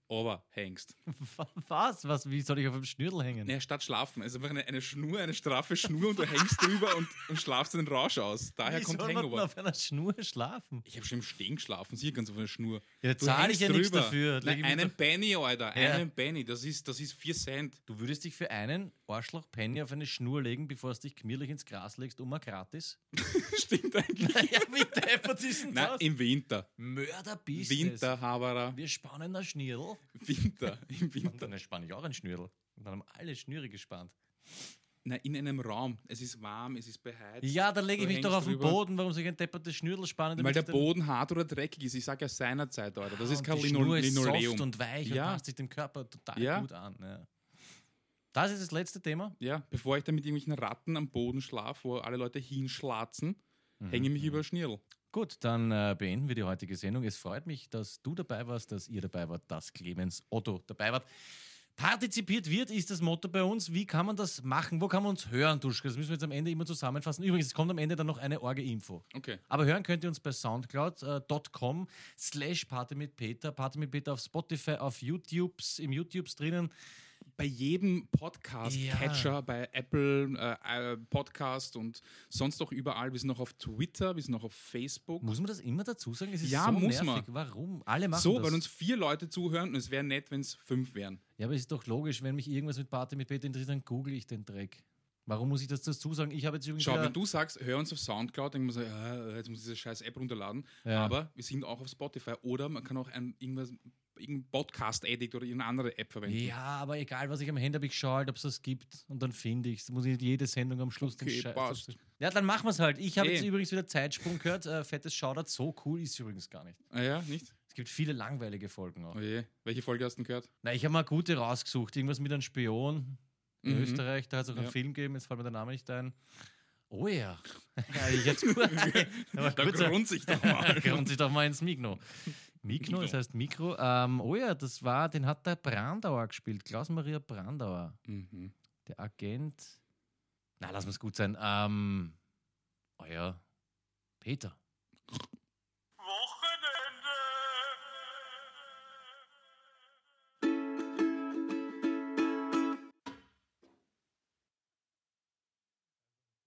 overhängst. Was? Wie soll ich auf dem Schnürl hängen? Naja, statt schlafen. Also einfach eine Schnur, eine straffe Schnur und du hängst drüber und schlafst den Rausch aus. Daher Wie kommt soll man denn Hangover. auf einer Schnur schlafen? Ich habe schon im Stehen geschlafen, sicher ganz auf einer Schnur. Ja, Du zahle ich hängst ja nichts drüber. dafür. Leg Nein, ich mich einen doch- Penny, Alter. Ja. Einen Penny. Das ist 4 Cent. Du würdest dich für einen Arschloch-Penny auf eine Schnur legen, bevor du dich gemütlich ins Gras legst, gratis? Stimmt eigentlich. Ja, wie deppert ist denn Nein, das? im Winter. Mörderbusiness. Winter, Haberer. Wir spannen ein Schnürl. Winter. Im Und Winter. dann spanne ich auch ein Schnürl. Und dann haben alle Schnüre gespannt. Nein, in einem Raum. Es ist warm, es ist beheizt. Ja, dann lege ich Du mich doch hängst auf den drüber. Boden. Warum soll ich ein deppertes Schnürl spannen? Weil damit der ich dann- Boden hart oder dreckig ist. Ich sage ja seinerzeit, Alter. Das ist Und kein die Schnur ist Linoleum. soft und weich Ja. und passt sich dem Körper total Ja. gut an. Ja. Das ist das letzte Thema. Ja, bevor ich dann mit irgendwelchen Ratten am Boden schlafe, wo alle Leute hinschlatzen, hänge ich mich über Schnirl. Gut, dann beenden wir die heutige Sendung. Es freut mich, dass du dabei warst, dass ihr dabei wart, dass Clemens Otto dabei war. Partizipiert wird, ist das Motto bei uns. Wie kann man das machen? Wo kann man uns hören, Duschka? Das müssen wir jetzt am Ende immer zusammenfassen. Übrigens, es kommt am Ende dann noch eine Orge-Info. Okay. Aber hören könnt ihr uns bei soundcloud.com/Party mit Peter. Party mit Peter auf Spotify, auf YouTube, im YouTubes drinnen. Bei jedem Podcast-Catcher, bei Apple Podcast und sonst auch überall. Wir sind noch auf Twitter, wir sind noch auf Facebook. Muss man das immer dazu sagen? Es ist Ja, so muss nervig. man. Warum? Alle machen So, das. weil uns 4 Leute zuhören und es wäre nett, wenn es 5 wären. Ja, aber es ist doch logisch, wenn mich irgendwas mit Party mit Peter interessiert, dann google ich den Dreck. Warum muss ich das dazu sagen? Ich habe jetzt übrigens Schau, wieder- wenn du sagst, hör uns auf Soundcloud, denkt man so, ja, jetzt muss ich diese scheiß App runterladen. Ja. Aber wir sind auch auf Spotify oder man kann auch irgendeinen Podcast-Edit oder irgendeine andere App verwenden. Ja, aber egal, was ich am Handy habe, ich schaue halt, ob es das gibt und dann finde ich es. Muss ich nicht jede Sendung am Schluss Okay, den Scheiß passt. dazu- Ja, dann machen wir es halt. Ich habe Eh. jetzt übrigens wieder Zeitsprung gehört. Fettes Shoutout, so cool ist es übrigens gar nicht. Ah ja, nicht? Es gibt viele langweilige Folgen auch. Oh je. Welche Folge hast du denn gehört? Na, ich habe mal gute rausgesucht. Irgendwas mit einem Spion in Mhm. Österreich. Da hat es auch einen Ja. Film gegeben, jetzt fällt mir der Name nicht ein. Oh ja. Ja, ich jetzt gut. Da grunzt sich doch mal. Grund sich doch mal ins Mikro. Mikro, das heißt Mikro. Oh ja, den hat der Brandauer gespielt. Klaus-Maria Brandauer. Mhm. Der Agent. Na, lass mal's gut sein. Oh ja. Peter.